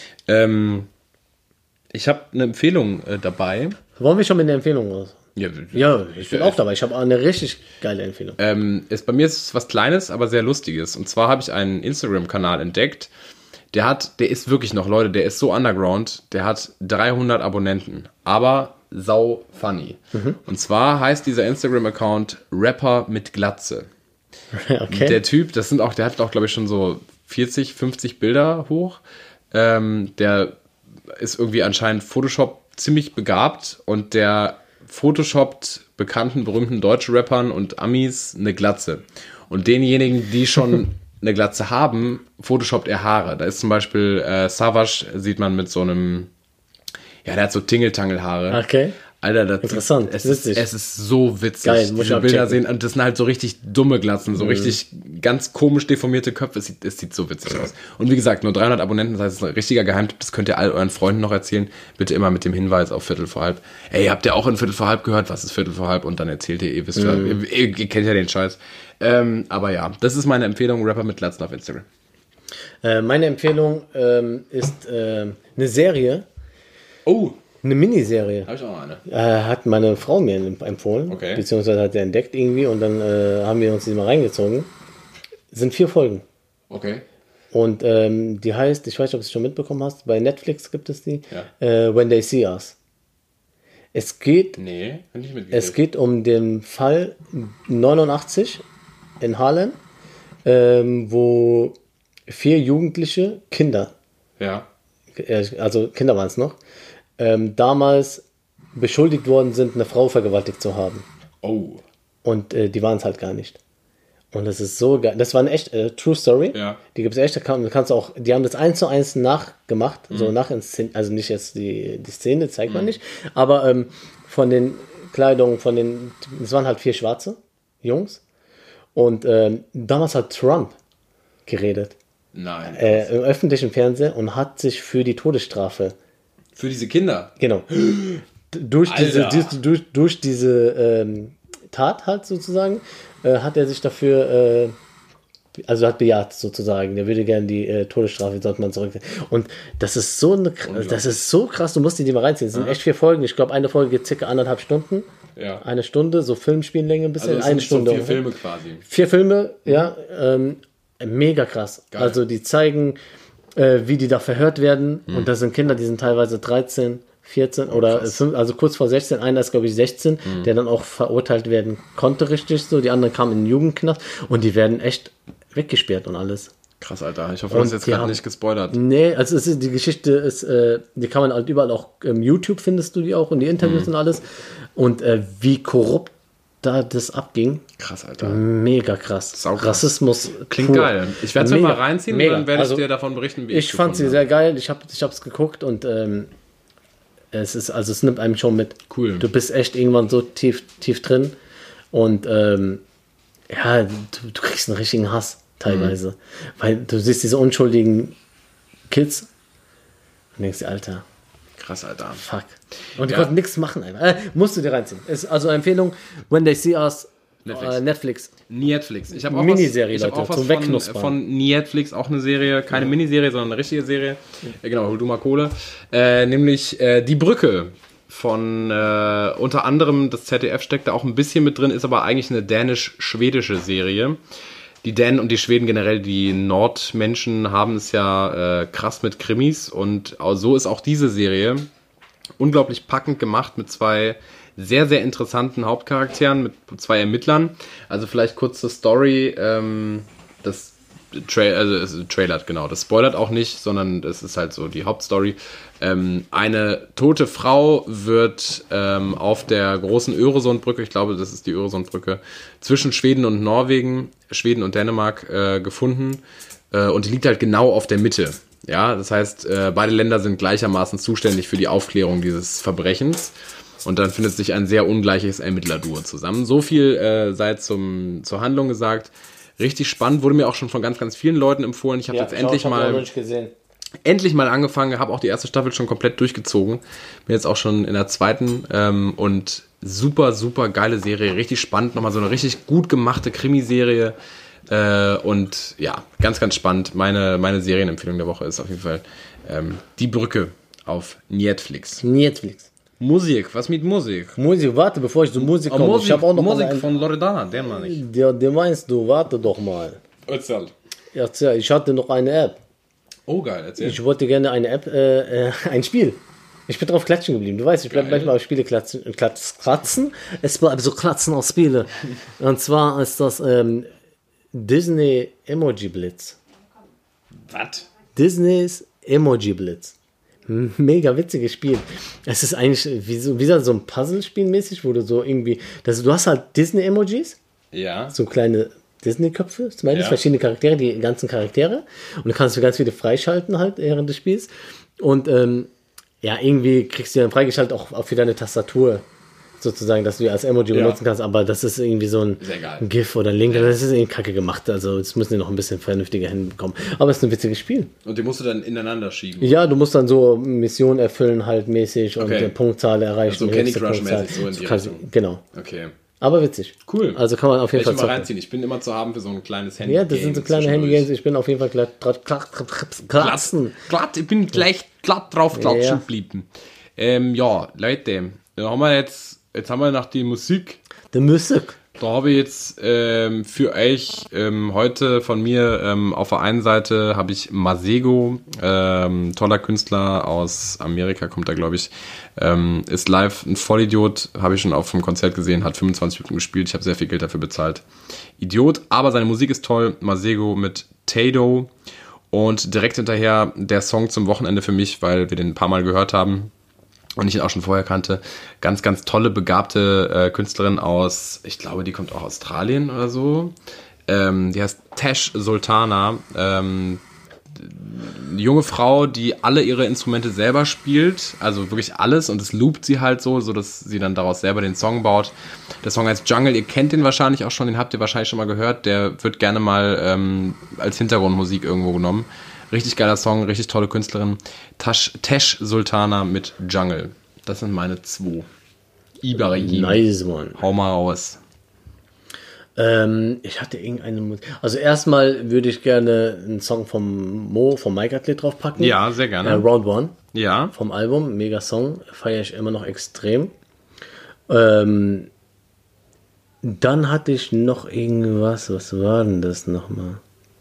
Ich habe eine Empfehlung dabei. Wollen wir schon mit der Empfehlung raus? Ja, ich bin auch dabei. Ich habe eine richtig geile Empfehlung. Bei mir ist es was Kleines, aber sehr Lustiges. Und zwar habe ich einen Instagram-Kanal entdeckt. Der ist wirklich noch, Leute, der ist so underground. Der hat 300 Abonnenten. Aber sau funny. Und zwar heißt dieser Instagram-Account Rapper mit Glatze. Okay. Der Typ, der hat auch, glaube ich, schon so 40, 50 Bilder hoch. Der ist irgendwie anscheinend Photoshop ziemlich begabt und der photoshoppt bekannten, berühmten deutschen Rappern und Amis eine Glatze. Und denjenigen, die schon eine Glatze haben, photoshoppt er Haare. Da ist zum Beispiel Savage, sieht man mit so einem, ja, der hat so Tingeltangelhaare. Okay. Alter, das Interessant, es witzig. ist so witzig. Geil, muss ich diese Bilder abchecken. sehen, und das sind halt so richtig dumme Glatzen, so richtig ganz komisch deformierte Köpfe. Es sieht so witzig aus. Und wie gesagt, nur 300 Abonnenten, das heißt, es ist ein richtiger Geheimtipp, das könnt ihr all euren Freunden noch erzählen. Bitte immer mit dem Hinweis auf Viertel vor halb. Ey, habt ihr auch in Viertel vor halb gehört? Was ist Viertel vor halb? Und dann erzählt ihr, ihr wisst ja, ihr kennt ja den Scheiß. Aber ja, das ist meine Empfehlung, Rapper mit Glatzen auf Instagram. Meine Empfehlung ist eine Serie, Oh, eine Miniserie. habe ich auch noch eine. Hat meine Frau mir empfohlen, Okay. beziehungsweise hat sie entdeckt irgendwie und dann haben wir uns die mal reingezogen. Es sind 4 Folgen. Okay. Und die heißt, ich weiß nicht, ob du es schon mitbekommen hast, bei Netflix gibt es die, Ja. When They See Us. Es geht, Nee, nicht mit es geht um den Fall 89 in Harlem, wo 4 jugendliche Kinder, Ja. also Kinder waren es noch, damals beschuldigt worden sind, eine Frau vergewaltigt zu haben. Oh. Und die waren es halt gar nicht. Und das ist so geil. Das war eine echt True Story. Ja. Die gibt es echt. Kannst auch, die haben das 1:1 nachgemacht. So nachinszeniert. Also nicht jetzt die Szene, zeigt man nicht. Aber von den Kleidungen, es waren halt 4 schwarze Jungs. Und damals hat Trump geredet. Nein. Im öffentlichen Fernsehen und hat sich für die Todesstrafe. Für diese Kinder. Genau. durch diese Tat halt sozusagen, hat er sich dafür, also hat bejaht sozusagen. Der würde gerne die Todesstrafe, sollte man zurück. Und das ist so krass, du musst die mal reinziehen. Es sind echt 4 Folgen. Ich glaube, eine Folge geht circa 1,5 Stunden. Ja. 1 Stunde, so Filmspielenlänge ein bisschen. Also eine Stunde. So 4 Filme quasi. 4 Filme, ja. Mega krass. Geil. Also die zeigen, wie die da verhört werden. Und das sind Kinder, die sind teilweise 13, 14 oder 5, also kurz vor 16. Einer ist, glaube ich, 16, der dann auch verurteilt werden konnte, richtig so. Die anderen kamen in den Jugendknast und die werden echt weggesperrt und alles. Krass, Alter. Ich hoffe, du hast jetzt gerade nicht gespoilert. Nee, also die Geschichte ist, die kann man halt überall auch, YouTube findest du die auch und die Interviews und alles. Und wie korrupt da das abging. Krass, Alter. Mega krass. Saukrass. Rassismus. Klingt geil. Ich werde es mir mal reinziehen mega. und dann werde ich Also, dir davon berichten, wie ich fand sie sehr geil. Ich hab's geguckt und es nimmt einem schon mit. Cool. Du bist echt irgendwann so tief drin und du kriegst einen richtigen Hass teilweise. Weil du siehst diese unschuldigen Kids und denkst dir, Alter, Krass, Alter. fuck. Und die konnten nichts machen einfach. Musst du dir reinziehen. Ist also eine Empfehlung, When They See Us, Netflix. Netflix. Ich habe auch Miniserie, was, ich hab Leute, auch zum was Wegknuspern. von Netflix, auch eine Serie, keine Miniserie, sondern eine richtige Serie. Genau, hol du mal Kohle. Nämlich Die Brücke von unter anderem, das ZDF steckt da auch ein bisschen mit drin, ist aber eigentlich eine dänisch-schwedische Serie. Die Dänen und die Schweden generell, die Nordmenschen haben es ja krass mit Krimis und so ist auch diese Serie unglaublich packend gemacht mit 2 sehr, sehr interessanten Hauptcharakteren, mit 2 Ermittlern. Also vielleicht kurz zur Story, es trailert, genau. Das spoilert auch nicht, sondern das ist halt so die Hauptstory. Eine tote Frau wird auf der großen Öresundbrücke, ich glaube, das ist die Öresundbrücke, zwischen Schweden und Norwegen, Schweden und Dänemark gefunden. Und die liegt halt genau auf der Mitte. Ja, das heißt, beide Länder sind gleichermaßen zuständig für die Aufklärung dieses Verbrechens. Und dann findet sich ein sehr ungleiches Ermittlerduo zusammen. So viel sei zur Handlung gesagt. Richtig spannend, wurde mir auch schon von ganz, ganz vielen Leuten empfohlen. Ich habe jetzt endlich mal angefangen, habe auch die erste Staffel schon komplett durchgezogen. Bin jetzt auch schon in der zweiten und super, super geile Serie, richtig spannend, nochmal so eine richtig gut gemachte Krimiserie und ja, ganz, ganz spannend. Meine Serienempfehlung der Woche ist auf jeden Fall Die Brücke auf Netflix. Musik, was mit Musik? Musik, warte, bevor ich zur Musik komme. Musik, Ich habe auch noch Musik von Loredana, der meine ich. Der meinst du, warte doch mal. Erzähl. Erzähl, ich hatte noch eine App. Oh, geil, erzähl. Ich wollte gerne eine App, ein Spiel. Ich bin drauf klatschen geblieben. Du weißt, ich bleibe manchmal auf Spiele kratzen. Es bleibt so Klatzen auf Spiele. Und zwar ist das Disney Emoji Blitz. Was? Disneys Emoji Blitz. Mega witziges Spiel. Es ist eigentlich wie so ein Puzzlespiel mäßig, wo du so irgendwie, du hast halt Disney-Emojis, Ja. so kleine Disney-Köpfe, zum Beispiel verschiedene Charaktere, die ganzen Charaktere, und du kannst ganz viele freischalten halt während des Spiels und irgendwie kriegst du dann freigeschaltet auch für deine Tastatur sozusagen, dass du die als Emoji benutzen kannst, aber das ist irgendwie so ein GIF oder ein Link, das ist irgendwie kacke gemacht, also das müssen die noch ein bisschen vernünftiger hinbekommen, aber es ist ein witziges Spiel. Und die musst du dann ineinander schieben? Ja, du musst dann so Missionen erfüllen halt mäßig und Punktzahl erreichen. Also Candy Crush-mäßig so in die Richtung. Genau. Okay. Aber witzig. Cool. Also kann man auf jeden Fall mal reinziehen. Ich bin immer zu haben für so ein kleines Handy. Ja, das sind so kleine Handy-Games. Ich bin auf jeden Fall glatt. Ich bin gleich glatt drauf klatschen geblieben. Leute, jetzt haben wir nach die Musik. Die Musik. Da habe ich jetzt für euch heute von mir auf der einen Seite habe ich Masego, toller Künstler aus Amerika, kommt da glaube ich, ist live ein Vollidiot, habe ich schon auf dem Konzert gesehen, hat 25 Minuten gespielt, ich habe sehr viel Geld dafür bezahlt. Idiot, aber seine Musik ist toll, Masego mit Tado und direkt hinterher der Song zum Wochenende für mich, weil wir den ein paar Mal gehört haben. Und ich ihn auch schon vorher kannte. Ganz, ganz tolle, begabte Künstlerin aus, ich glaube, die kommt auch aus Australien oder so. Die heißt Tash Sultana. Eine junge Frau, die alle ihre Instrumente selber spielt. Also wirklich alles. Und es loopt sie halt so, dass sie dann daraus selber den Song baut. Der Song heißt Jungle. Ihr kennt den wahrscheinlich auch schon. Den habt ihr wahrscheinlich schon mal gehört. Der wird gerne mal als Hintergrundmusik irgendwo genommen. Richtig geiler Song, richtig tolle Künstlerin. Tash Sultana mit Jungle. Das sind meine 2. Ibrahim. Nice, Mann. Hau mal raus. Ich hatte irgendeine Musik. Also erstmal würde ich gerne einen Song vom Mike Athlet draufpacken. Ja, sehr gerne. Round One. Ja. Vom Album. Mega Song. Feiere ich immer noch extrem. Dann hatte ich noch irgendwas. Was war denn das nochmal?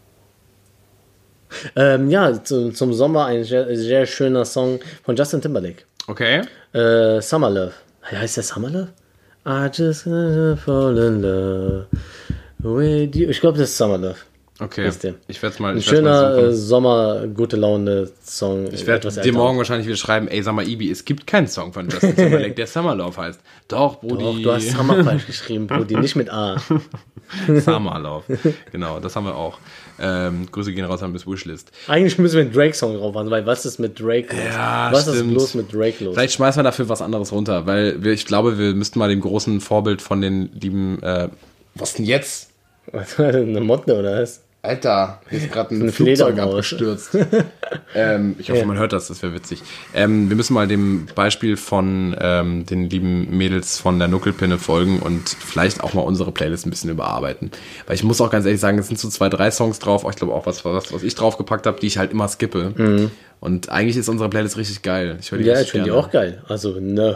Zum Sommer ein sehr, sehr schöner Song von Justin Timberlake. Okay. Summer Love. Heißt der Summer Love? I just wanna fall in love with you. Ich glaube, das ist Summer Love. Okay. Ich werde es mal. Ein schöner Sommer, gute Laune Song. Ich werde dir morgen wahrscheinlich wieder schreiben, ey, sag mal, Ibi, es gibt keinen Song von Justin Timberlake, der Summer Love heißt. Doch, Brudi. Doch, du hast Summer falsch geschrieben, Brudi, nicht mit A. Summer Love. Genau, das haben wir auch. Grüße gehen raus an Miss Wishlist. Eigentlich müssen wir einen Drake-Song drauf machen, weil was ist mit Drake los? Ja, was stimmt. ist bloß mit Drake los? Vielleicht schmeißen wir dafür was anderes runter, weil ich glaube, wir müssten mal dem großen Vorbild von den lieben, was denn jetzt? Was war denn, eine Motte oder was? Alter, hier ist gerade ein Eine Flugzeug Fledermaus. abgestürzt. Ich hoffe, man hört das wäre witzig. Wir müssen mal dem Beispiel von den lieben Mädels von der Nuckelpinne folgen und vielleicht auch mal unsere Playlist ein bisschen überarbeiten. Weil ich muss auch ganz ehrlich sagen, es sind so 2, 3 Songs drauf, ich glaube auch was ich draufgepackt habe, die ich halt immer skippe. Mhm. Und eigentlich ist unsere Playlist richtig geil. Ich höre die ich finde die auch geil. Also, Ne?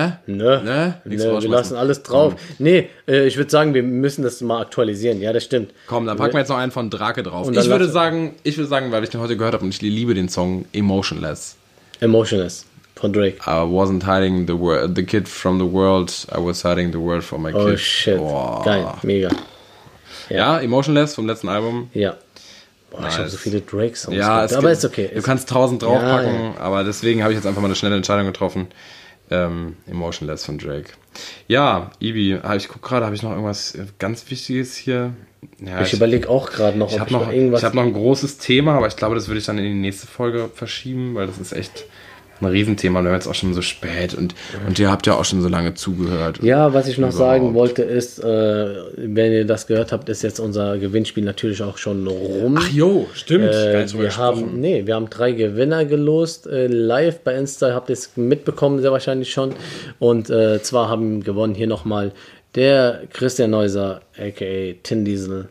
Wir lassen alles drauf. Nee, ich würde sagen, wir müssen das mal aktualisieren. Ja, das stimmt. Komm, dann packen wir jetzt noch einen von Drake drauf. Und Ich würde sagen, weil ich den heute gehört habe und ich liebe den Song Emotionless. Emotionless von Drake. I wasn't hiding the kid from the world. I was hiding the world from my kid. Oh shit. Oh. Geil, mega. Ja, Emotionless vom letzten Album. Ja. Boah, nice. Ich habe so viele Drake-Songs. Ja, aber ist okay. Du kannst 1000 draufpacken, aber deswegen habe ich jetzt einfach mal eine schnelle Entscheidung getroffen. Emotionless von Drake. Ja, Ibi, ich gucke gerade, habe ich noch irgendwas ganz Wichtiges hier? Ja, ich überlege auch gerade noch, ich habe noch ein großes Thema, aber ich glaube, das würde ich dann in die nächste Folge verschieben, weil das ist echt ein Riesenthema. Wir haben jetzt auch schon so spät und ihr habt ja auch schon so lange zugehört. Ja, was ich noch sagen wollte ist, wenn ihr das gehört habt, ist jetzt unser Gewinnspiel natürlich auch schon rum. Ach jo, stimmt. Wir haben 3 Gewinner gelost, live bei Insta, habt ihr es mitbekommen, sehr wahrscheinlich schon. Und zwar haben gewonnen hier nochmal der Christian Neuser, a.k.a. Tin Diesel.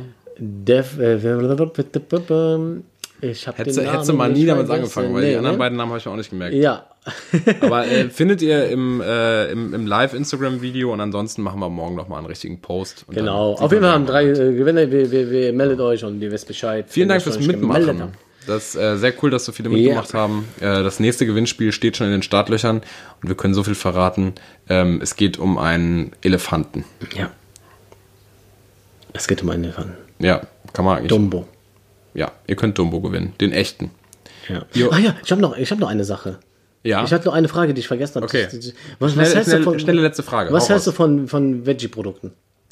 Hättest du mal nie damit angefangen, weil die anderen beiden Namen habe ich mir auch nicht gemerkt. Ja. Aber findet ihr im Live-Instagram-Video und ansonsten machen wir morgen nochmal einen richtigen Post. Genau. Auf jeden Fall haben 3 Gewinner. Wir meldet euch und ihr wisst Bescheid. Vielen Dank fürs Mitmachen. Das ist sehr cool, dass so viele mitgemacht haben. Das nächste Gewinnspiel steht schon in den Startlöchern und wir können so viel verraten. Es geht um einen Elefanten. Ja. Es geht um einen Elefanten. Ja, kann man eigentlich. Dumbo. Ja, ihr könnt Dumbo gewinnen, den echten. Ja. Ich hab noch eine Sache. Ja. Ich hatte noch eine Frage, die ich vergessen habe. Okay. Schnelle letzte Frage. Was hältst du von Veggie-Produkten?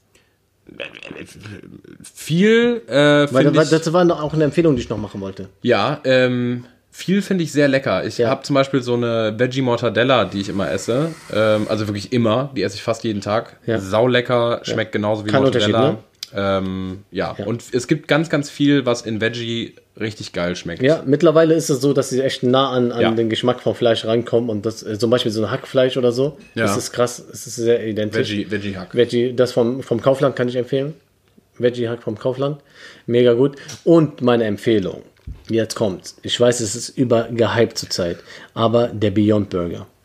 Viel. Weil das war noch auch eine Empfehlung, die ich noch machen wollte. Ja, viel finde ich sehr lecker. Ich habe zum Beispiel so eine Veggie-Mortadella, die ich immer esse. Also wirklich immer. Die esse ich fast jeden Tag. Ja. Saulecker, schmeckt genauso wie Kein Mortadella. Ne? Und es gibt ganz, ganz viel, was in Veggie richtig geil schmeckt. Ja, mittlerweile ist es so, dass sie echt nah an den Geschmack vom Fleisch rankommen und das zum Beispiel so ein Hackfleisch oder so, das ist krass, es ist sehr identisch. Veggie-Hack. Das vom Kaufland kann ich empfehlen. Veggie-Hack vom Kaufland, mega gut. Und meine Empfehlung, jetzt kommt's. Ich weiß, es ist übergehypt zurzeit, aber der Beyond Burger.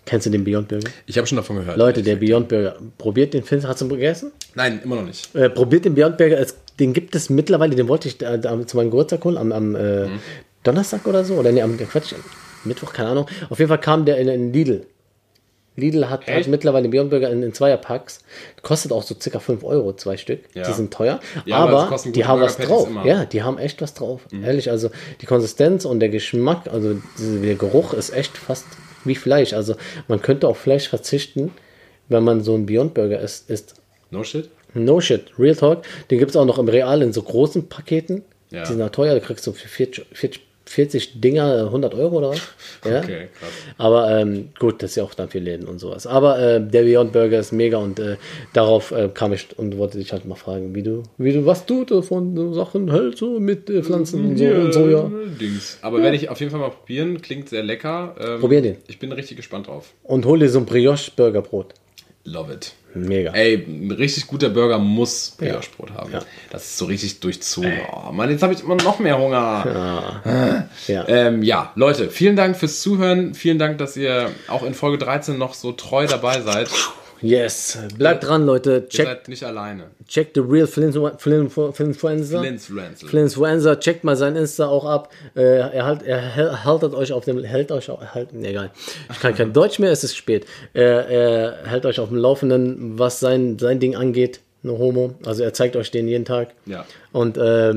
Kennst du den Beyond Burger? Ich habe schon davon gehört. Leute, der Beyond Burger. Probiert den Film. Hast du ihn gegessen? Nein, immer noch nicht. Probiert den Beyond Burger. Den gibt es mittlerweile. Den wollte ich zu meinem Geburtstag holen. Am Donnerstag oder so. Oder nee, am Mittwoch, keine Ahnung. Auf jeden Fall kam der in Lidl. Lidl hat mittlerweile den Beyond Burger in Zweierpacks. Kostet auch so circa 5 Euro, 2 Stück. Ja. Die sind teuer. Ja, aber die haben was drauf. Immer. Ja, die haben echt was drauf. Ehrlich, also die Konsistenz und der Geschmack, also der Geruch ist echt fast wie Fleisch. Also man könnte auf Fleisch verzichten, wenn man so einen Beyond Burger isst. No shit? No shit. Real Talk. Den gibt es auch noch im Real in so großen Paketen. Ja. Die sind auch teuer. Da kriegst du für 40 Dinger 100 Euro oder was? Ja? Okay, krass. Aber gut, das ist ja auch dann für Läden und sowas. Aber der Beyond Burger ist mega und darauf kam ich und wollte dich halt mal fragen, wie du was du von so Sachen hältst, so mit Pflanzen und so und Soja. Dings. Aber werde ich auf jeden Fall mal probieren. Klingt sehr lecker. Probier den. Ich bin richtig gespannt drauf. Und hol dir so ein Brioche-Burgerbrot. Love it. Mega. Ey, ein richtig guter Burger muss Brioche-Brot haben. Ja. Das ist so richtig durchzogen. Oh Mann, jetzt habe ich immer noch mehr Hunger. Ja, Leute, vielen Dank fürs Zuhören. Vielen Dank, dass ihr auch in Folge 13 noch so treu dabei seid. Yes. Bleibt dran, Leute. Ihr seid nicht alleine. Check the real Flinfluencer. Checkt mal sein Insta auch ab. Er haltet euch auf dem... egal. Ich kann kein Deutsch mehr, es ist spät. Er hält euch auf dem Laufenden, was sein Ding angeht. No homo. Also er zeigt euch den jeden Tag. Ja. Und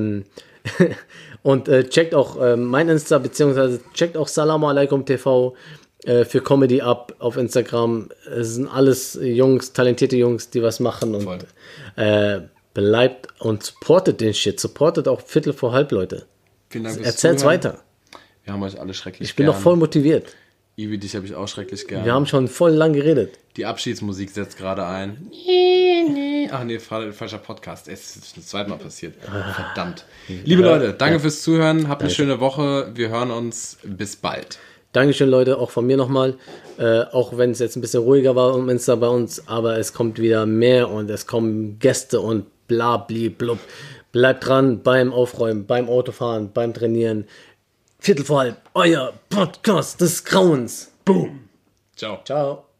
checkt auch mein Insta, beziehungsweise checkt auch Salamu Alaikum TV für Comedy ab auf Instagram. Es sind alles Jungs, talentierte Jungs, die was machen. Und bleibt und supportet den Shit. Supportet auch Viertel vor halb, Leute. Vielen Dank fürs Erzählt's Zuhören. weiter. Wir haben euch alle schrecklich Ich bin doch voll motiviert. Ivi, dich habe ich auch schrecklich gern. Wir haben schon voll lang geredet. Die Abschiedsmusik setzt gerade ein. Ach nee, falscher Podcast. Es ist das zweite Mal passiert. Verdammt. Liebe Leute, danke fürs Zuhören. Habt eine schöne Woche. Wir hören uns. Bis bald. Dankeschön, Leute, auch von mir nochmal. Auch wenn es jetzt ein bisschen ruhiger war um Insta bei uns, aber es kommt wieder mehr und es kommen Gäste und bla, bli, blub. Bleibt dran beim Aufräumen, beim Autofahren, beim Trainieren. Viertel vor halb, euer Podcast des Grauens. Boom. Ciao. Ciao.